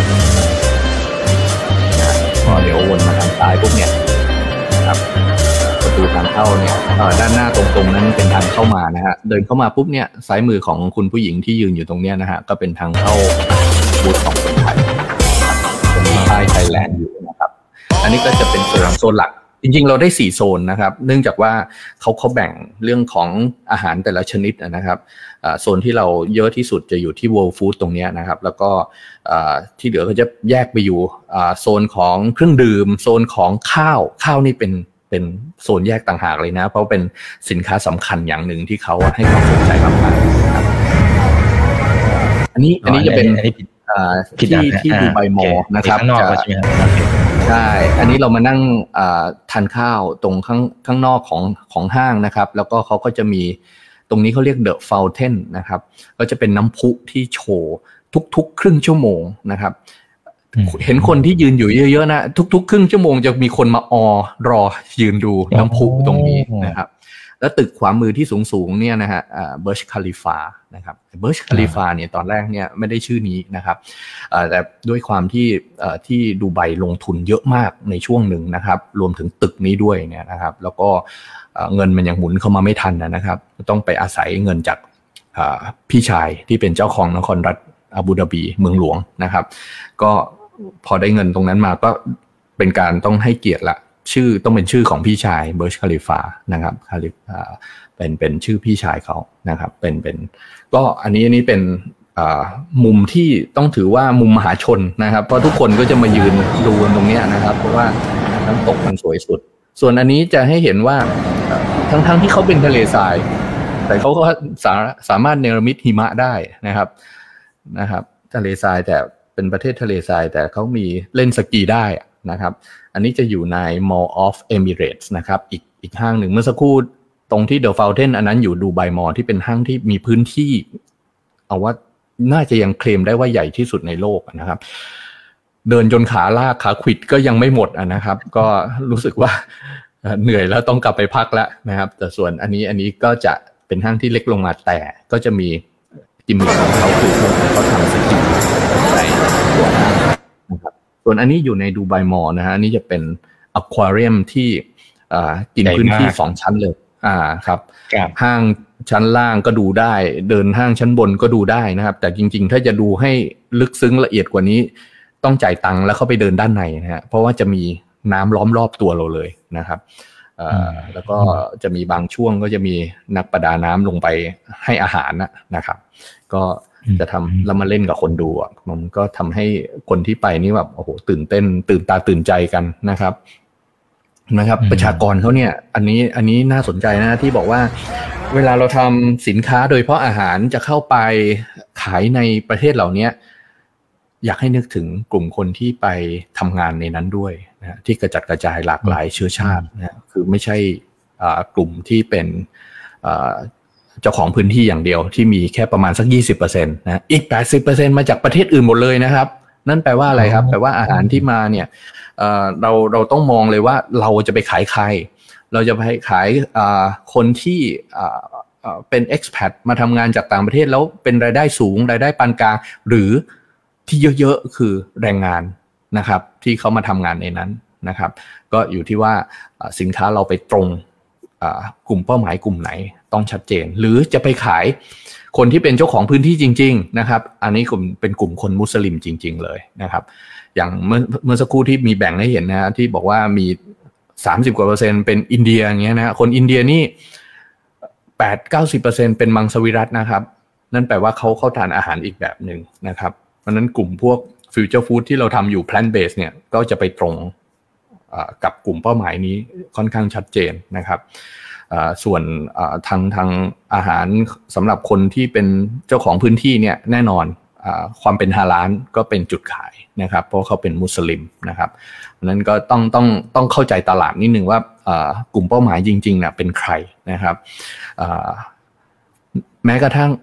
พอเดี๋ยววนมาทางซ้ายปุ๊บเนี่ยนะครับประตูทางเข้าเนี่ยด้านหน้าตรงๆนั้นเป็นทางเข้ามานะฮะเดินเข้ามาปุ๊บเนี่ยซ้ายมือของคุณผู้หญิงที่ยืนอยู่ตรงเนี้ยนะฮะก็เป็นทางเข้าบูธของคนไทยจะมีป้ายไทยแลนด์อยู่นะครับอันนี้ก็จะเป็นโซนโซนหลักจริงๆเราได้สี่โซนนะครับเนื่องจากว่าเขาเขาแบ่งเรื่องของอาหารแต่ละชนิดนะครับโซนที่เราเยอะที่สุดจะอยู่ที่ World Food ตรงนี้นะครับแล้วก็ที่เหลือก็จะแยกไปอยู่โซนของเครื่องดื่มโซนของข้าวข้าวนี่เป็นเป็นโซนแยกต่างหากเลยนะเพราะเป็นสินค้าสำคัญอย่างหนึ่งที่เขาให้ความสนใจมากๆนะครับอันนี้อันนี้จะเป็นที่ที่ดูไบมอลนะครับใช่อันนี้เรามานั่งทานข้าวตรงข้างข้างนอกของของห้างนะครับแล้วก็เขาก็จะมีตรงนี้เขาเรียก The Fountain นะครับก็จะเป็นน้ำพุที่โชว์ทุกๆครึ่งชั่วโมงนะครับเห็นคนที่ยืนอยู่เยอะๆนะทุกๆครึ่งชั่วโมงจะมีคนมาออรอยืนดูน้ำพุตรงนี้นะครับแล้วตึกขวามือที่สูงๆเนี่ยนะฮะเบิร์ชคาลิฟานะครับเบิร์ชคาลิฟาเนี่ยตอนแรกเนี่ยไม่ได้ชื่อนี้นะครับแต่ด้วยความที่ที่ดูไบลงทุนเยอะมากในช่วงหนึ่งนะครับรวมถึงตึกนี้ด้วยเนี่ยนะครับแล้วก็เงินมันยังหมุนเข้ามาไม่ทันนะครับต้องไปอาศัยเงินจากพี่ชายที่เป็นเจ้าของนครรัฐอาบูดาบีเมืองหลวงนะครับก็พอได้เงินตรงนั้นมาก็เป็นการต้องให้เกียรติละชื่อต้องเป็นชื่อของพี่ชายเบิร์ชคาลิฟานะครับคาลิฟาเป็นเป็นชื่อพี่ชายเขานะครับเป็นเป็นก็อันนี้อันนี้เป็นมุมที่ต้องถือว่ามุมมหาชนนะครับเพราะทุกคนก็จะมายืนดูตรงนี้นะครับเพราะว่าน้ำตกมันสวยสุดส่วนอันนี้จะให้เห็นว่าทั้งทั้งที่เขาเป็นทะเลทรายแต่เขาก็สาสามารถเนรมิตหิมะได้นะครับนะครับทะเลทรายแต่เป็นประเทศทะเลทรายแต่เขามีเล่นสกีได้นะครับอันนี้จะอยู่ใน Mall of Emirates นะครับอีกอีกห้างหนึ่งเมื่อสักครู่ตรงที่ The Fountain อันนั้นอยู่ดูไบมอลล์ที่เป็นห้างที่มีพื้นที่เอาว่าน่าจะยังเคลมได้ว่าใหญ่ที่สุดในโลกนะครับเดินจนขาลากขาขวิดก็ยังไม่หมดนะครับก็รู้สึกว่าเหนื่อยแล้วต้องกลับไปพักแล้วนะครับแต่ส่วนอันนี้อันนี้ก็จะเป็นห้างที่เล็กลงมาแต่ก็จะมีกิมมิคของเขาคือเขาทำสกิลในตัวห้างนะครับส่วนอันนี้อยู่ในดูไบมอลล์นะฮะอันนี้จะเป็นอควาเรียมที่กินพื้นที่สองชั้นเลยอ่าครับห้างชั้นล่างก็ดูได้เดินห้างชั้นบนก็ดูได้นะครับแต่จริงๆถ้าจะดูให้ลึกซึ้งละเอียดกว่านี้ต้องจ่ายตังค์แล้วเข้าไปเดินด้านในนะฮะเพราะว่าจะมีน้ำล้อมรอบตัวเราเลยนะครับเอ่อแล้วก็จะมีบางช่วงก็จะมีนักประดาน้ำลงไปให้อาหารนะครับก็จะทำแล้วมาเล่นกับคนดูอ่ะมันก็ทำให้คนที่ไปนี่แบบโอ้โหตื่นเต้นตื่นตาตื่นใจกันนะครับนะครับประชากรเขาเนี่ยอันนี้อันนี้น่าสนใจนะที่บอกว่าเวลาเราทำสินค้าโดยเฉพาะอาหารจะเข้าไปขายในประเทศเหล่านี้อยากให้นึกถึงกลุ่มคนที่ไปทำงานในนั้นด้วยนะที่กระจัดกระจายหลากหลายเชื้อชาตินะคือไม่ใช่กลุ่มที่เป็นเจ้าของพื้นที่อย่างเดียวที่มีแค่ประมาณสัก ยี่สิบเปอร์เซ็นต์ นะอีก แปดสิบเปอร์เซ็นต์ มาจากประเทศอื่นหมดเลยนะครับนั่นแปลว่าอะไรครับแปลว่าอาหารที่มาเนี่ยเอ่อเราเราต้องมองเลยว่าเราจะไปขายใครเราจะไปขายคนที่เป็น expat มาทำงานจากต่างประเทศแล้วเป็นรายได้สูงรายได้ปานกลางหรือที่เยอะๆคือแรงงานนะครับที่เขามาทำงานในนั้นนะครับก็อยู่ที่ว่าสินค้าเราไปตรงกลุ่มเป้าหมายกลุ่มไหนต้องชัดเจนหรือจะไปขายคนที่เป็นเจ้าของพื้นที่จริงๆนะครับอันนี้กลุ่มเป็นกลุ่มคนมุสลิมจริงๆเลยนะครับอย่างเมื่อเมื่อสักครู่ที่มีแบ่งให้เห็นนะที่บอกว่ามีสามสิบกว่าเปอร์เซ็นต์เป็นอินเดียอย่างเงี้ยนะคนอินเดียนี่ แปดถึงเก้าสิบเปอร์เซ็นต์ เป็นมังสวิรัตินะครับนั่นแปลว่าเขาเข้าทานอาหารอีกแบบนึงนะครับเพราะนั้นกลุ่มพวกฟิวเจอร์ฟู้ดที่เราทำอยู่ plant based เนี่ยก็จะไปตรงกับกลุ่มเป้าหมายนี้ค่อนข้างชัดเจนนะครับส่วนทางทางอาหารสำหรับคนที่เป็นเจ้าของพื้นที่เนี่ยแน่นอนความเป็นฮาลาลก็เป็นจุดขายนะครับเพราะเขาเป็นมุสลิมนะครับเพราะนั้นก็ต้องต้องต้องเข้าใจตลาดนิดนึงว่ากลุ่มเป้าหมายจริงๆเนี่ยเป็นใครนะครับแม้กระทั่ง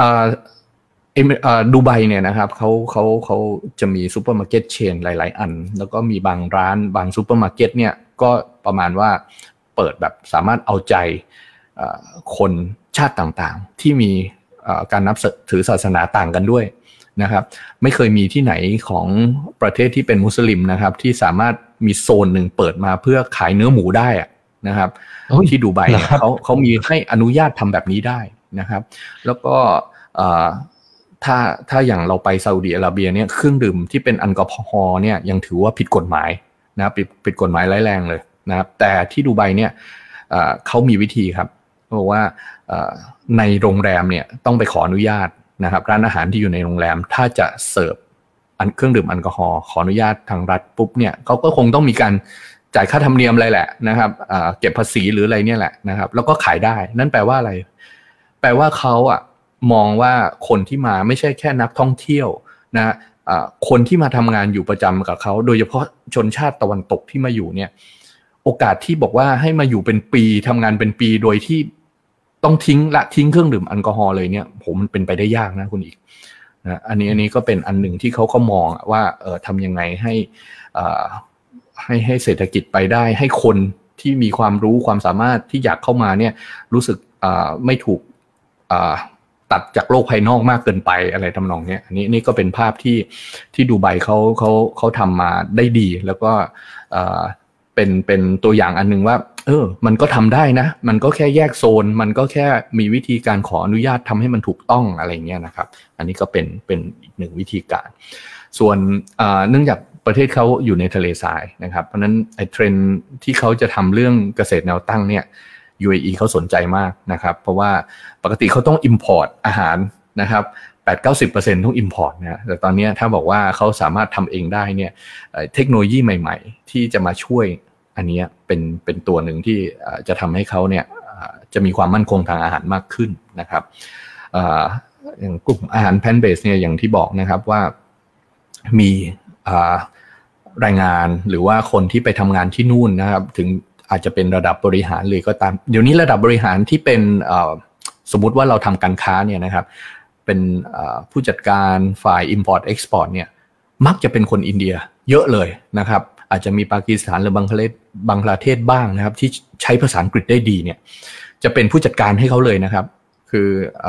ดูไบเนี่ยนะครับเขาเขาเขาจะมีซูเปอร์มาร์เก็ตเชนหลายๆอันแล้วก็มีบางร้านบางซูเปอร์มาร์เก็ตเนี่ยก็ประมาณว่าเปิดแบบสามารถเอาใจคนชาติต่างๆที่มีการนับถือศาสนาต่างกันด้วยนะครับไม่เคยมีที่ไหนของประเทศที่เป็นมุสลิมนะครับที่สามารถมีโซนหนึ่งเปิดมาเพื่อขายเนื้อหมูได้นะครับที่ดูไบเนี่ยเขาเขามีให้อนุญาตทำแบบนี้ได้นะครับแล้วก็ถ้าถ้าอย่างเราไปซาอุดิอาระเบียเนี่ยเครื่องดื่มที่เป็นแอลกอฮอล์เนี่ยยังถือว่าผิดกฎหมายนะผิดผิดกฎหมายร้ายแรงเลยนะครับแต่ที่ดูไบเนี่ยเขามีวิธีครับบอกว่าในโรงแรมเนี่ยต้องไปขออนุญาตนะครับร้านอาหารที่อยู่ในโรงแรมถ้าจะเสิร์ฟเครื่องดื่มแอลกอฮอล์ขออนุญาตทางรัฐปุ๊บเนี่ยเขาก็คงต้องมีการจ่ายค่าธรรมเนียมอะไรแหละนะครับเก็บภาษีหรืออะไรเนี่ยแหละนะครับแล้วก็ขายได้นั่นแปลว่าอะไรแปลว่าเขาอ่ะมองว่าคนที่มาไม่ใช่แค่นักท่องเที่ยวนะคนที่มาทำงานอยู่ประจำกับเขาโดยเฉพาะชนชาติตะวันตกที่มาอยู่เนี่ยโอกาสที่บอกว่าให้มาอยู่เป็นปีทำงานเป็นปีโดยที่ต้องทิ้งละทิ้งเครื่องดื่มแอลกอฮอล์เลยเนี่ยผมมันเป็นไปได้ยากนะคุณอีกนะอันนี้อันนี้ก็เป็นอันหนึ่งที่เขาก็มองว่าเออทำยังไงให้อ่าให้ให้เศรษฐกิจไปได้ให้คนที่มีความรู้ความสามารถที่อยากเข้ามาเนี่ยรู้สึกอ่าไม่ถูกอ่าตัดจากโลกภายนอกมากเกินไปอะไรทำนองนี้อันนี้นี่ก็เป็นภาพที่ที่ดูไบเขาเขาเขาทำมาได้ดีแล้วก็อ่าเป็นเป็นตัวอย่างอันนึงว่าเออมันก็ทำได้นะมันก็แค่แยกโซนมันก็แค่มีวิธีการขออนุญาตทำให้มันถูกต้องอะไรเงี้ยนะครับอันนี้ก็เป็นเป็นอีกหนึ่งวิธีการส่วนเนื่องจากประเทศเขาอยู่ในทะเลทรายนะครับเพราะนั้นไอ้เทรนด์ที่เขาจะทำเรื่องเกษตรแนวตั้งเนี่ย ยู เอ อี เขาสนใจมากนะครับเพราะว่าปกติเขาต้อง import อาหารนะครับ แปดถึงเก้าสิบเปอร์เซ็นต์ ต้อง import นะแต่ตอนนี้ถ้าบอกว่าเขาสามารถทำเองได้เนี่ยเทคโนโลยีใหม่ๆที่จะมาช่วยอันนี้เป็นเป็นตัวหนึ่งที่จะทำให้เขาเนี่ยจะมีความมั่นคงทางอาหารมากขึ้นนะครับอย่างกลุ่มอาหารแพลนท์เบสเนี่ยอย่างที่บอกนะครับว่ามีรายงานหรือว่าคนที่ไปทำงานที่นู่นนะครับถึงอาจจะเป็นระดับบริหารเลยก็ตามเดี๋ยวนี้ระดับบริหารที่เป็นสมมุติว่าเราทำการค้าเนี่ยนะครับเป็นผู้จัดการฝ่าย Import Export เนี่ยมักจะเป็นคนอินเดียเยอะเลยนะครับอาจจะมีปากีสถานหรือบังคลาเทศบังคลาเทศบ้างนะครับที่ใช้ภาษาอังกฤษได้ดีเนี่ยจะเป็นผู้จัดการให้เขาเลยนะครับคือ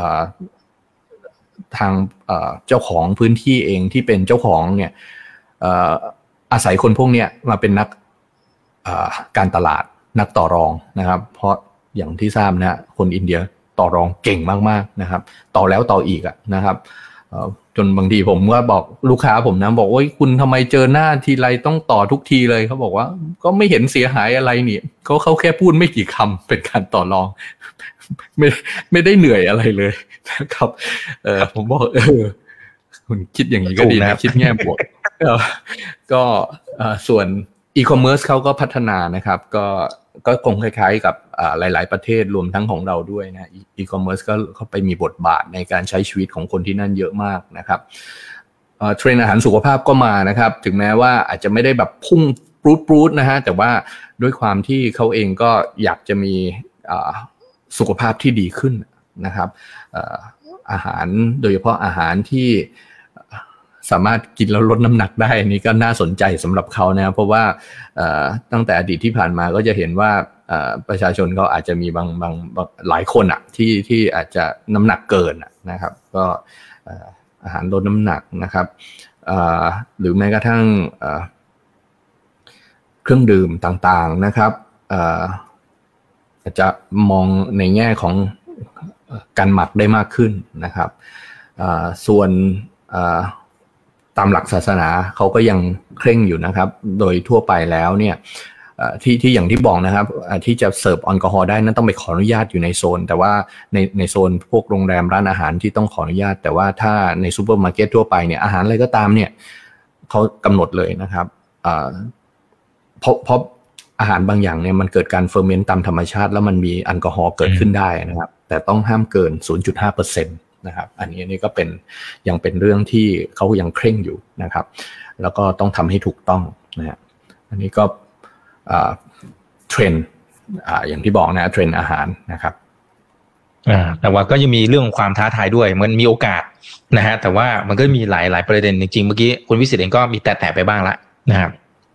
ทางเจ้าของพื้นที่เองที่เป็นเจ้าของเนี่ยอาศัยคนพวกนี้มาเป็นนักการตลาดนักต่อรองนะครับเพราะอย่างที่ทราบนะคนอินเดียต่อรองเก่งมากๆนะครับต่อแล้วต่ออีกอะนะครับจนบางทีผมก็บอกลูกค้าผมนะบอกโอ้ยคุณทำไมเจอหน้าทีไรต้องต่อทุกทีเลยเขาบอกว่าก็ไม่เห็นเสียหายอะไรนี่เขาเขาแค่พูดไม่กี่คำเป็นการต่อรองไม่ไม่ได้เหนื่อยอะไรเลยนะครับเออผมบอกเออคุณคิดอย่างนี้ก็ดีนะคิดแง่บวกก็ส่วนอีคอมเมิร์ซเขาก็พัฒนานะครับก็ก็คงคล้ายๆกับหลายๆประเทศรวมทั้งของเราด้วยนะอีคอมเมิร์ซก็เข้าไปมีบทบาทในการใช้ชีวิตของคนที่นั่นเยอะมากนะครับเทรนด์อาหารสุขภาพก็มานะครับถึงแม้ว่าอาจจะไม่ได้แบบพุ่งปรูดปรูดนะฮะแต่ว่าด้วยความที่เขาเองก็อยากจะมีสุขภาพที่ดีขึ้นนะครับอาหารโดยเฉพาะอาหารที่สามารถกินแล้วลดน้ำหนักได้อันนี้ก็น่าสนใจสำหรับเขานะเพราะว่าตั้งแต่อดีตที่ผ่านมาก็จะเห็นว่าประชาชนเขาอาจจะมีบางบางหลายคนอ่ะที่ที่อาจจะน้ำหนักเกินนะครับก็อาหารลดน้ำหนักนะครับหรือแม้กระทั่งเครื่องดื่มต่างๆนะครับอาจจะมองในแง่ของการหมักได้มากขึ้นนะครับส่วนตามหลักศาสนาเขาก็ยังเคร่งอยู่นะครับโดยทั่วไปแล้วเนี่ยที่ที่อย่างที่บอกนะครับที่จะเสิร์ฟแอลกอฮอล์ได้นั้นต้องไปขออนุญาตอยู่ในโซนแต่ว่าในในโซนพวกโรงแรมร้านอาหารที่ต้องขออนุญาตแต่ว่าถ้าในซูเปอร์มาร์เก็ตทั่วไปเนี่ยอาหารอะไรก็ตามเนี่ยเขากำหนดเลยนะครับเพราะเพราะอาหารบางอย่างเนี่ยมันเกิดการเฟอร์เมนต์ตามธรรมชาติแล้วมันมีแอลกอฮอล์เกิดขึ้นได้นะครับแต่ต้องห้ามเกิน ศูนย์จุดห้าเปอร์เซ็นต์ นะครับอันนี้นี่ก็เป็นยังเป็นเรื่องที่เขายังเคร่งอยู่นะครับแล้วก็ต้องทำให้ถูกต้องนะฮะอันนี้ก็เทรนด์อย่างที่บอกนะเทรนด์อาหารนะครับอ่าแต่ว่าก็ยังมีเรื่องความท้าทายด้วยมันมีโอกาสนะฮะแต่ว่ามันก็มีหลายหลายประเด็นจริงๆเมื่อกี้คุณวิสิตเองก็มีแตะๆไปบ้างละนะครับ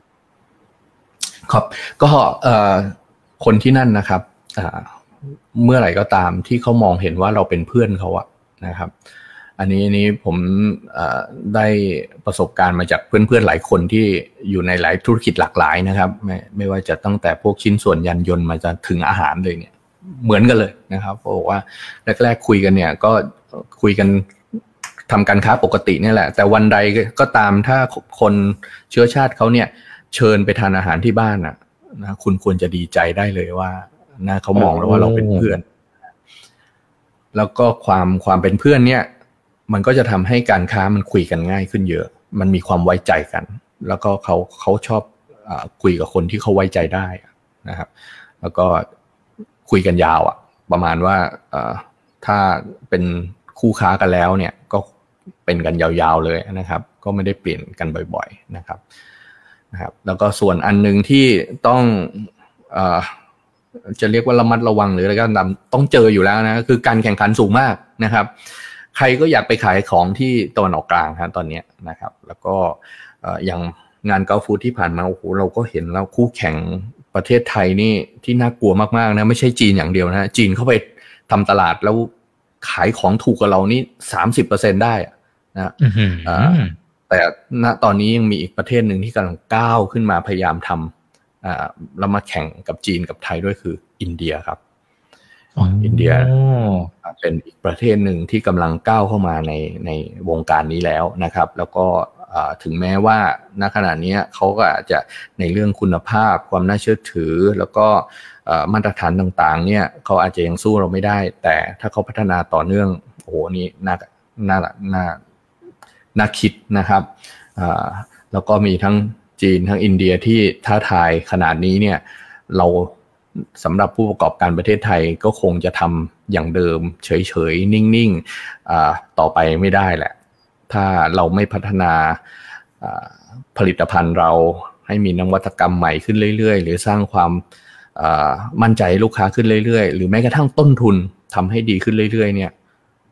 ครับก็คนที่นั่นนะครับเมื่อไหร่ก็ตามที่เขามองเห็นว่าเราเป็นเพื่อนเขาอะนะครับอันนี้อันนี้ผมได้ประสบการณ์มาจากเพื่อนๆหลายคนที่อยู่ในหลายธุรกิจหลากหลายนะครับไม่ไม่ว่าจะตั้งแต่พวกชิ้นส่วนยานยนต์มาจนถึงอาหารเลยเนี่ยเหมือนกันเลยนะครับเพราะว่าแรกๆคุยกันเนี่ยก็คุยกันทำการค้าปกตินี่แหละแต่วันใดก็ตามถ้าคนเชื้อชาติเขาเนี่ยเชิญไปทานอาหารที่บ้านอ่ะนะคุณควรจะดีใจได้เลยว่านะเขามองแล้วว่าเราเป็นเพื่อนแล้วก็ความความเป็นเพื่อนเนี่ยมันก็จะทำให้การค้ามันคุยกันง่ายขึ้นเยอะมันมีความไว้ใจกันแล้วก็เขาเขาชอบอ่าคุยกับคนที่เขาไว้ใจได้นะครับแล้วก็คุยกันยาวอ่ะประมาณว่าอ่าถ้าเป็นคู่ค้ากันแล้วเนี่ยก็เป็นกันยาวๆเลยนะครับก็ไม่ได้เปลี่ยนกันบ่อยๆนะครับนะครับแล้วก็ส่วนอันนึงที่ต้องอ่าจะเรียกว่าระมัดระวังหรืออะไรก็ตามต้องเจออยู่แล้วนะคือการแข่งขันสูงมากนะครับใครก็อยากไปขายของที่ตะวันออกกลางครับตอนนี้นะครับแล้วก็อย่างงานเกาฟูดที่ผ่านมาโอ้โหเราก็เห็นแล้วคู่แข่งประเทศไทยนี่ที่น่ากลัวมากๆนะไม่ใช่จีนอย่างเดียวนะจีนเข้าไปทำตลาดแล้วขายของถูกกว่าเรานี่ สามสิบเปอร์เซ็นต์ ได้นะแต่ณตอนนี้ยังมีอีกประเทศหนึ่งที่กำลังก้าวขึ้นมาพยายามทำแล้วมาแข่งกับจีนกับไทยด้วยคืออินเดียครับอินเดียเป็นอีกประเทศหนึ่งที่กำลังก้าวเข้ามาในในวงการนี้แล้วนะครับแล้วก็ถึงแม้ว่าณขณะนี้เขาก็อาจจะในเรื่องคุณภาพความน่าเชื่อถือแล้วก็มาตรฐานต่างๆเนี่ยเขาอาจจะยังสู้เราไม่ได้แต่ถ้าเขาพัฒนาต่อเนื่องโอ้โหนี่น่าน่าน่าน่าคิดนะครับแล้วก็มีทั้งจีนทั้งอินเดียที่ท้าทายขนาดนี้เนี่ยเราสำหรับผู้ประกอบการประเทศไทยก็คงจะทำอย่างเดิมเฉยๆนิ่งๆต่อไปไม่ได้แหละถ้าเราไม่พัฒนาผลิตภัณฑ์เราให้มีนวัตกรรมใหม่ขึ้นเรื่อยๆหรือสร้างความมั่นใจลูกค้าขึ้นเรื่อยๆหรือแม้กระทั่งต้นทุนทำให้ดีขึ้นเรื่อยๆเนี่ย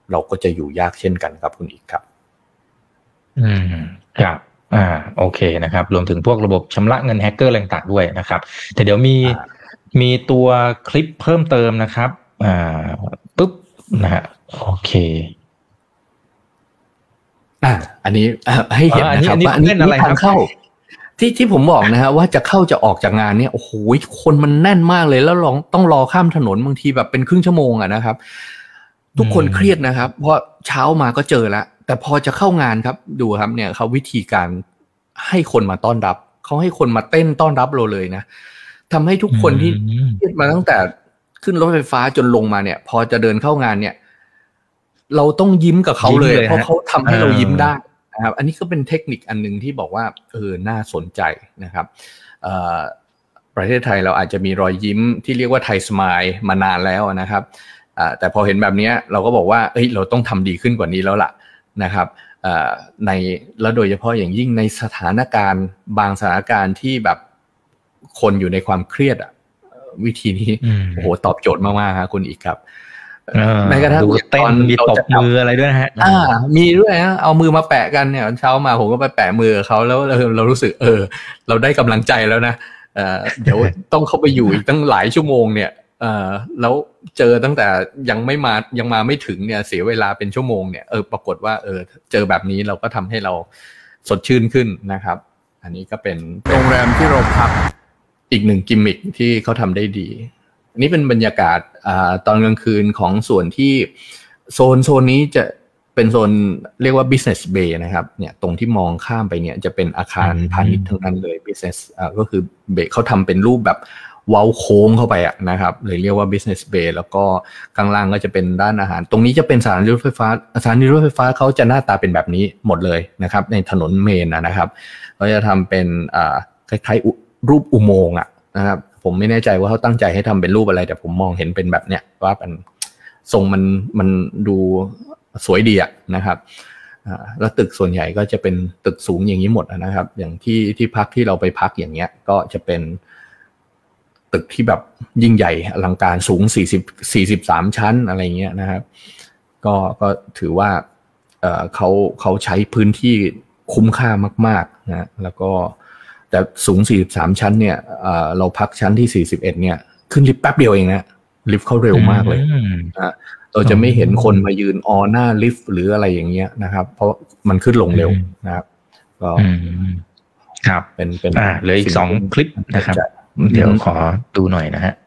เราก็จะอยู่ยากเช่นกันครับคุณอีกครับอืมครับอ่าโอเคนะครับรวมถึงพวกระบบชำระเงินแฮกเกอร์อะไรต่างๆด้วยนะครับแต่เดี๋ยวมีมีตัวคลิปเพิ่มเติมนะครับอ่าปุ๊บนะฮะโอเคอ่าอันนี้ให้เห็นนะครับว่าอันนี้ทางเข้าที่ที่ผมบอกนะฮะว่าจะเข้าจะออกจากงานเนี่ยโอ้โหคนมันแน่นมากเลยแล้วลองต้องรอข้ามถนนบางทีแบบเป็นครึ่งชั่วโมงอ่ะนะครับทุกคนเครียดนะครับเพราะเช้ามาก็เจอแล้วแต่พอจะเข้างานครับดูครับเนี่ยเขาวิธีการให้คนมาต้อนรับเขาให้คนมาเต้นต้อนรับเราเลยนะทำให้ทุกคนที่เครียดมาตั้งแต่ขึ้นรถไฟฟ้าจนลงมาเนี่ยพอจะเดินเข้างานเนี่ยเราต้องยิ้มกับเขาเลยเพราะเขาทำให้เรายิ้มได้นะครับอันนี้ก็เป็นเทคนิคอันนึงที่บอกว่าเออน่าสนใจนะครับประเทศไทยเราอาจจะมีรอยยิ้มที่เรียกว่าไทยสไมล์มานานแล้วนะครับแต่พอเห็นแบบนี้เราก็บอกว่าเอ้ยเราต้องทำดีขึ้นกว่านี้แล้วล่ะนะครับในแล้วโดยเฉพาะอย่างยิ่งในสถานการณ์บางสถานการณ์ที่แบบคนอยู่ในความเครียดอ่ะวิธีนี้โอ้โหตอบโจทย์มากๆครับคุณอีกครับแม้กระทั่งตอนมีตบมืออะไรด้วยนะฮะอ่ามีด้วยฮะเอามือมาแปะกันเนี่ยเช้ามาผมก็ไปแปะมือเขาแล้วเรารู้สึกเออเราได้กำลังใจแล้วนะเอ่อเดี๋ยวต้องเข้าไปอยู่อีกตั้งหลายชั่วโมงเนี่ยเอ่อแล้วเจอตั้งแต่ยังไม่มายังมาไม่ถึงเนี่ยเสียเวลาเป็นชั่วโมงเนี่ยเออปรากฏว่าเออเจอแบบนี้เราก็ทำให้เราสดชื่นขึ้นนะครับอันนี้ก็เป็นโรงแรมที่เราพักอีกหนึ่งกิมมิคที่เขาทำได้ดีอันนี้เป็นบรรยากาศอ่าตอนกลางคืนของส่วนที่โซนโซนนี้จะเป็นโซนเรียกว่า business bay นะครับเนี่ยตรงที่มองข้ามไปเนี่ยจะเป็นอาคารพาณิชย์ทั้งนั้นเลย business อ่าก็คือเบเขาทำเป็นรูปแบบเว้าโค้งเข้าไปอะนะครับเลยเรียกว่า business bay แล้วก็ข้างล่างก็จะเป็นด้านอาหารตรงนี้จะเป็นสถานีรถไฟฟ้าสถานีรถไฟฟ้าเขาจะหน้าตาเป็นแบบนี้หมดเลยนะครับในถนนเมนนะครับเขาจะทำเป็นอ่าคล้ายๆรูปอุโมงค์อะนะครับผมไม่แน่ใจว่าเขาตั้งใจให้ทำเป็นรูปอะไรแต่ผมมองเห็นเป็นแบบเนี้ยว่ามันทรงมันมันดูสวยดีอะนะครับแล้วตึกส่วนใหญ่ก็จะเป็นตึกสูงอย่างนี้หมดนะครับอย่างที่ที่พักที่เราไปพักอย่างเงี้ยก็จะเป็นตึกที่แบบยิ่งใหญ่อลังการสูงสี่สิบ สี่สิบสามชั้นอะไรเงี้ยนะครับก็ก็ถือว่าเอ่อเขาเขาใช้พื้นที่คุ้มค่ามากๆนะแล้วก็แต่สูงสี่สิบสามชั้นเนี่ยเอ่อเราพักชั้นที่สี่สิบเอ็ดเนี่ยขึ้นลิฟต์แป๊บเดียวเองนะลิฟต์เข้าเร็วมากเลยนะเราจะไม่เห็นคนมายืนออหน้าลิฟต์หรืออะไรอย่างเงี้ยนะครับเพราะมันขึ้นลงเร็วนะครับก็ครับเป็นเป็นอ่าเหลืออีกสองคลิปนะครับเดี๋ยวขอดูหน่อยนะฮะ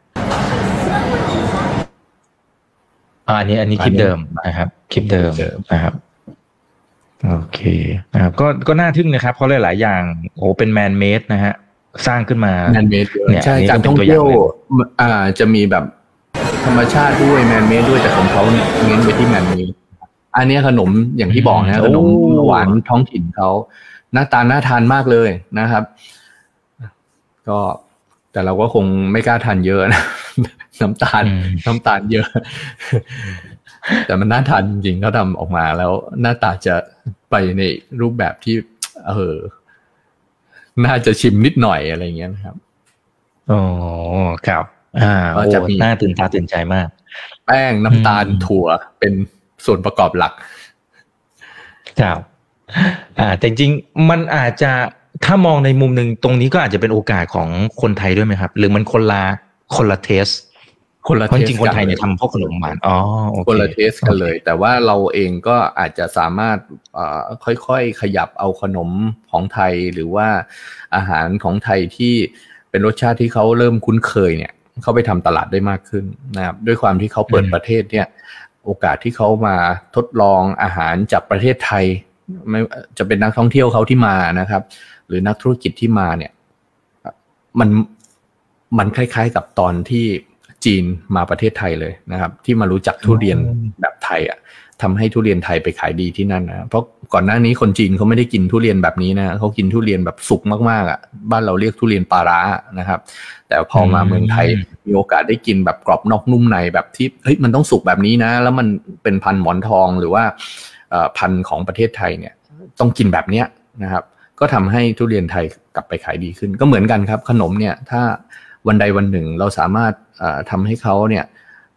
อันนี้อันนี้คลิปเดิมนะครับคลิปเดิมนะครับโอเคนะครับก็ก็น่าทึ่งนะครับเพราะหลายๆอย่างโอ้เป็นแมนเมดนะฮะสร้างขึ้นมาแมนเมดเนี่ยใช่การท่องเที่ยวอ่าจะมีแบบธรรมชาติด้วยแมนเมดด้วยแต่ของเขาเน้นไปที่แมนเมดอันนี้ขนมอย่างที่บอกนะขนมหวานท้องถิ่นเขาหน้าตาน่าทานมากเลยนะครับก็แต่เราก็คงไม่กล้าทานเยอะนะน้ำตาลน้ำตาลเยอะแต่มันน่าทานจริงๆเขาทำออกมาแล้วหน้าตาจะไปในรูปแบบที่เออน่าจะชิมนิดหน่อยอะไรเงี้ยนะครับอ๋อครับอ่าโอ้น่าตื่นตาตื่นใจมากแป้งน้ำตาลถั่วเป็นส่วนประกอบหลักครับอ่าแต่จริงมันอาจจะถ้ามองในมุมหนึ่งตรงนี้ก็อาจจะเป็นโอกาสของคนไทยด้วยไหมครับหรือมันคนละคนละเทสคนละเทสจริงคนไทยเนี่ยทำพวกขนมหวานอ๋อคนละเทสกันเลยแต่ว่าเราเองก็อาจจะสามารถเอ่อค่อยๆขยับเอาขนมของไทยหรือว่าอาหารของไทยที่เป็นรสชาติที่เขาเริ่มคุ้นเคยเนี่ยเข้าไปทำตลาดได้มากขึ้นนะครับด้วยความที่เขาเปิดประเทศเนี่ยโอกาสที่เขามาทดลองอาหารจากประเทศไทยไม่จะเป็นนักท่องเที่ยวเขาที่มานะครับหรือนักธุรกิจที่มาเนี่ยมันมันคล้ายๆกับตอนที่จีนมาประเทศไทยเลยนะครับที่มารู้จักทุเรียนแบบไทยอ่ะทำให้ทุเรียนไทยไปขายดีที่นั่นนะเพราะก่อนหน้านี้คนจีนเขาไม่ได้กินทุเรียนแบบนี้นะเขากินทุเรียนแบบสุกมากๆอ่ะบ้านเราเรียกทุเรียนปลาร้านะครับแต่พอมาเมืองไทยมีโอกาสได้กินแบบกรอบนอกนุ่มในแบบที่เฮ้ยมันต้องสุกแบบนี้นะแล้วมันเป็นพันธุ์หมอนทองหรือว่าพันธุ์ของประเทศไทยเนี่ยต้องกินแบบเนี้ยนะครับก็ทำให้ทุเรียนไทยกลับไปขายดีขึ้นก็เหมือนกันครับขนมเนี่ยถ้าวันใดวันหนึ่งเราสามารถทำให้เขาเนี่ย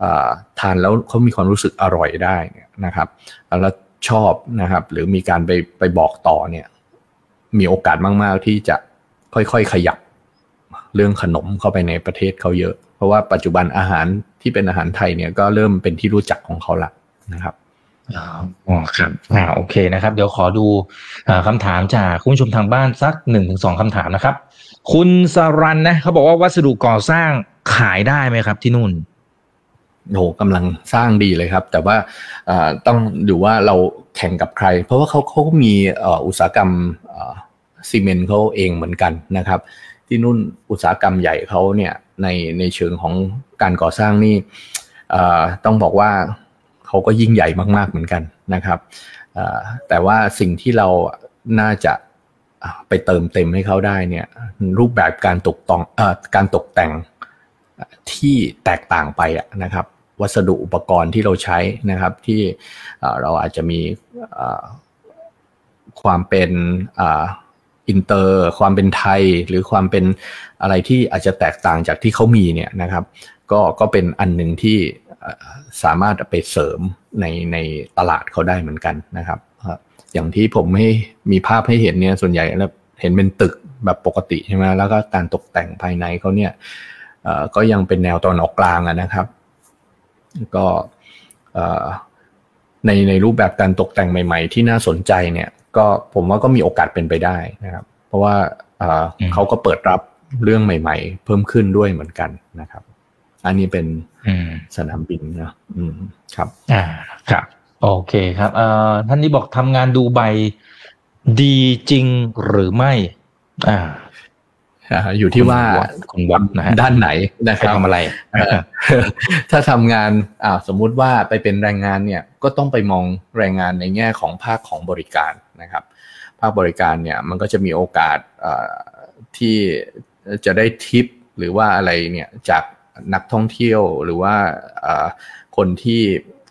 ทานแล้วเขามีความรู้สึกอร่อยได้นะครับแล้วชอบนะครับหรือมีการไปไปบอกต่อเนี่ยมีโอกาสมากๆที่จะค่อยๆขยับเรื่องขนมเข้าไปในประเทศเขาเยอะเพราะว่าปัจจุบันอาหารที่เป็นอาหารไทยเนี่ยก็เริ่มเป็นที่รู้จักของเขาละนะครับอ๋อครับอ่าโอเคนะครับเดี๋ยวขอดูคำถามจากคุณผู้ชมทางบ้านสัก หนึ่งถึงสอง คำถามนะครับคุณสรันนะเขาบอกว่าวัสดุก่อสร้างขายได้ไหมครับที่นู่นโหกำลังสร้างดีเลยครับแต่ว่าต้องดูว่าเราแข่งกับใครเพราะว่าเขาเขาก็มีอุตสาหกรรมซีเมนต์เขาเองเหมือนกันนะครับที่นู่นอุตสาหกรรมใหญ่เขาเนี่ยในในเชิงของการก่อสร้างนี่ต้องบอกว่าเขาก็ยิ่งใหญ่มากๆเหมือนกันนะครับแต่ว่าสิ่งที่เราน่าจะไปเติมเต็มให้เขาได้เนี่ยรูปแบบการตกแต่งการตกแต่งที่แตกต่างไปนะครับวัสดุอุปกรณ์ที่เราใช้นะครับที่เราอาจจะมีความเป็นอินเตอร์ความเป็นไทยหรือความเป็นอะไรที่อาจจะแตกต่างจากที่เขามีเนี่ยนะครับก็ก็เป็นอันหนึ่งที่สามารถไปเสริมในในตลาดเขาได้เหมือนกันนะครับอย่างที่ผมให้มีภาพให้เห็นเนี่ยส่วนใหญ่แล้วเห็นเป็นตึกแบบปกติใช่ไหมแล้วก็การตกแต่งภายในเขาเนี่ยก็ยังเป็นแนวตะวันออกกลางนะครับก็ในในรูปแบบการตกแต่งใหม่ๆที่น่าสนใจเนี่ยก็ผมว่าก็มีโอกาสเป็นไปได้นะครับเพราะว่าเขาก็เปิดรับเรื่องใหม่ๆเพิ่มขึ้นด้วยเหมือนกันนะครับอันนี้เป็นสนามบินนะอืมครับอ่าครับโอเคครับเอ่อท่านนี้บอกทำงานดูไบดีจริงหรือไม่อ่าอยู่ที่ว่าคุณวัดนะฮะด้านไหนะครับทำอะไรถ้าทำงานอ่าสมมุติว่าไปเป็นแรงงานเนี่ยก็ต้องไปมองแรงงานในแง่ของภาคของบริการนะครับภาคบริการเนี่ยมันก็จะมีโอกาสอ่าที่จะได้ทิปหรือว่าอะไรเนี่ยจากนักท่องเที่ยวหรือว่าอ่าคนที่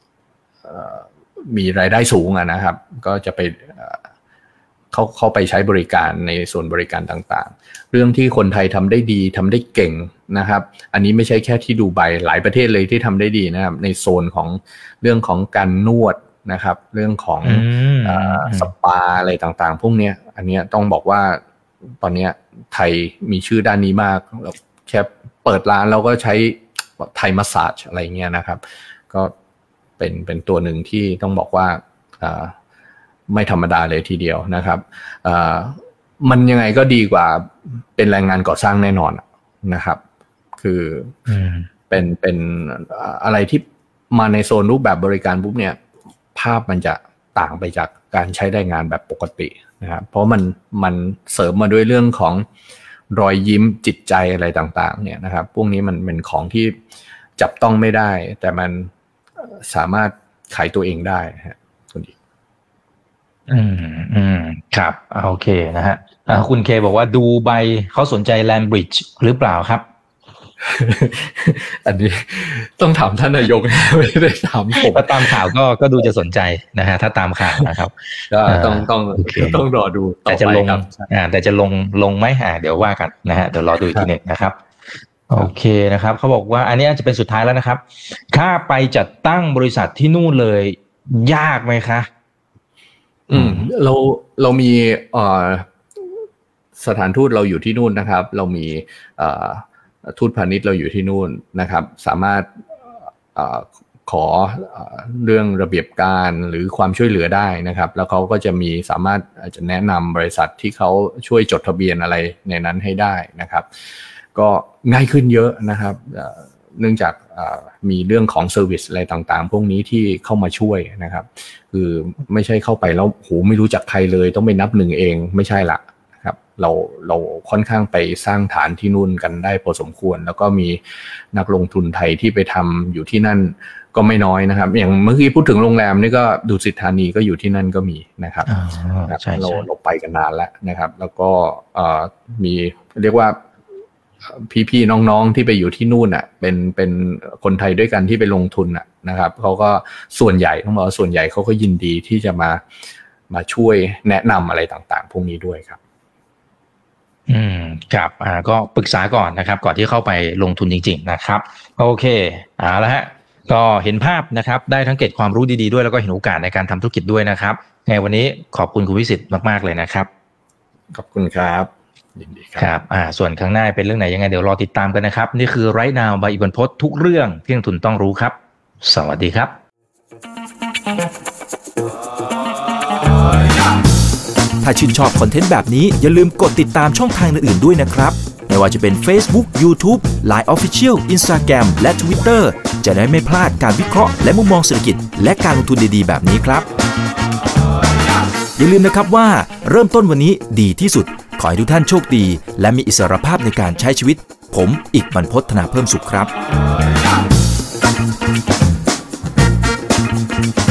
มีรายได้สูงอ่ะนะครับก็จะไปเขาเข้าไปใช้บริการในส่วนบริการต่างๆเรื่องที่คนไทยทำได้ดีทำได้เก่งนะครับอันนี้ไม่ใช่แค่ที่ดูไบหลายประเทศเลยที่ทำได้ดีนะครับในโซนของเรื่องของการนวดนะครับเรื่องของสปาอะไรต่างๆพวกนี้อันนี้ต้องบอกว่าตอนนี้ไทยมีชื่อด้านนี้มากแค่เปิดร้านแล้วก็ใช้ไทยมัสซาจอะไรเงี้ยนะครับก็เป็นเป็นตัวหนึ่งที่ต้องบอกว่าไม่ธรรมดาเลยทีเดียวนะครับมันยังไงก็ดีกว่าเป็นแรงงานก่อสร้างแน่นอนนะครับคือเป็นเป็นอะไรที่มาในโซนรูปแบบบริการปุ๊บเนี่ยภาพมันจะต่างไปจากการใช้แรงงานแบบปกตินะครับเพราะมันมันเสริมมาด้วยเรื่องของรอยยิ้มจิตใจอะไรต่างๆเนี่ยนะครับพวกนี้มันเป็นของที่จับต้องไม่ได้แต่มันสามารถขายตัวเองได้ฮะคุณอีกอืมอืมครับโอเคนะฮะคุณเคบอกว่าดูไบเขาสนใจแลนบริดจ์หรือเปล่าครับอันนี้ต้องถามท่านนายกไม่ได้ถามผมถ้าตามข่าวก็ก็ดูจะสนใจนะฮะถ้าตามข่าวนะครับก็ต้องต้องต้องรอดูต่อไปครับอ่าแต่จะลงลงไหมอ่าเดี๋ยวว่ากันนะฮะเดี๋ยวรอดูอีกทีนึงนะครับโอเคนะครับเขาบอกว่าอันนี้อาจจะเป็นสุดท้ายแล้วนะครับถ้าไปจัดตั้งบริษัทที่นู่นเลยยากไหมคะอืมเราเรามีเอ่อสถานทูตเราอยู่ที่นู่นนะครับเรามีเอ่อทูตพาณิชย์เราอยู่ที่นู่นนะครับสามารถเอ่อขอเรื่องระเบียบการหรือความช่วยเหลือได้นะครับแล้วเขาก็จะมีสามารถอาจจะแนะนำบริษัทที่เขาช่วยจดทะเบียนอะไรในนั้นให้ได้นะครับก็ง่ายขึ้นเยอะนะครับเนื่องจากมีเรื่องของเซอร์วิสอะไรต่างๆพวกนี้ที่เข้ามาช่วยนะครับคือไม่ใช่เข้าไปแล้วโหไม่รู้จักใครเลยต้องไปนับหนึ่งเองไม่ใช่ละครับเราเราค่อนข้างไปสร้างฐานที่นู่นกันได้พอสมควรแล้วก็มีนักลงทุนไทยที่ไปทำอยู่ที่นั่นก็ไม่น้อยนะครับอย่างเมื่อกี้พูดถึงโรงแรมนี่ก็ดุสิตธานีก็อยู่ที่นั่นก็มีนะครับเราเราไปกันนานแล้วนะครับแล้วก็มีเรียกว่าพี่ๆน้องๆที่ไปอยู่ที่นู่นอ่ะเป็นเป็นคนไทยด้วยกันที่ไปลงทุนอ่ะนะครับเขาก็ส่วนใหญ่ต้องบอกว่าส่วนใหญ่เขาก็ยินดีที่จะมามาช่วยแนะนำอะไรต่างๆพวกนี้ด้วยครับอืมครับอ่าก็ปรึกษาก่อนนะครับก่อนที่เข้าไปลงทุนจริงๆนะครับโอเคเอาละฮะก็เห็นภาพนะครับได้ทั้งเกร็ดความรู้ดีๆด้วยแล้วก็เห็นโอกาสในการทำธุรกิจด้วยนะครับไงวันนี้ขอบคุณคุณวิสิทธิ์มากๆเลยนะครับขอบคุณครับยินดีครับครับอ่าส่วนข้างหน้าเป็นเรื่องไหนยังไงเดี๋ยวรอติดตามกันนะครับนี่คือ Right Now บายอีกบรรพตทุกเรื่องที่นักทุนต้องรู้ครับสวัสดีครับถ้าชื่นชอบคอนเทนต์แบบนี้อย่าลืมกดติดตามช่องทางอื่นๆด้วยนะครับไม่ว่าจะเป็น Facebook, YouTube, ไลน์ Official, Instagram และ Twitter จะได้ไม่พลาดการวิเคราะห์และมุมมองเศรษฐกิจและการลงทุนดีๆแบบนี้ครับอย่าลืมนะครับว่าเริ่มต้นวันนี้ดีที่สุดขอให้ทุกท่านโชคดีและมีอิสรภาพในการใช้ชีวิตผมอีกบรรพต ธนาเพิ่มสุขครับ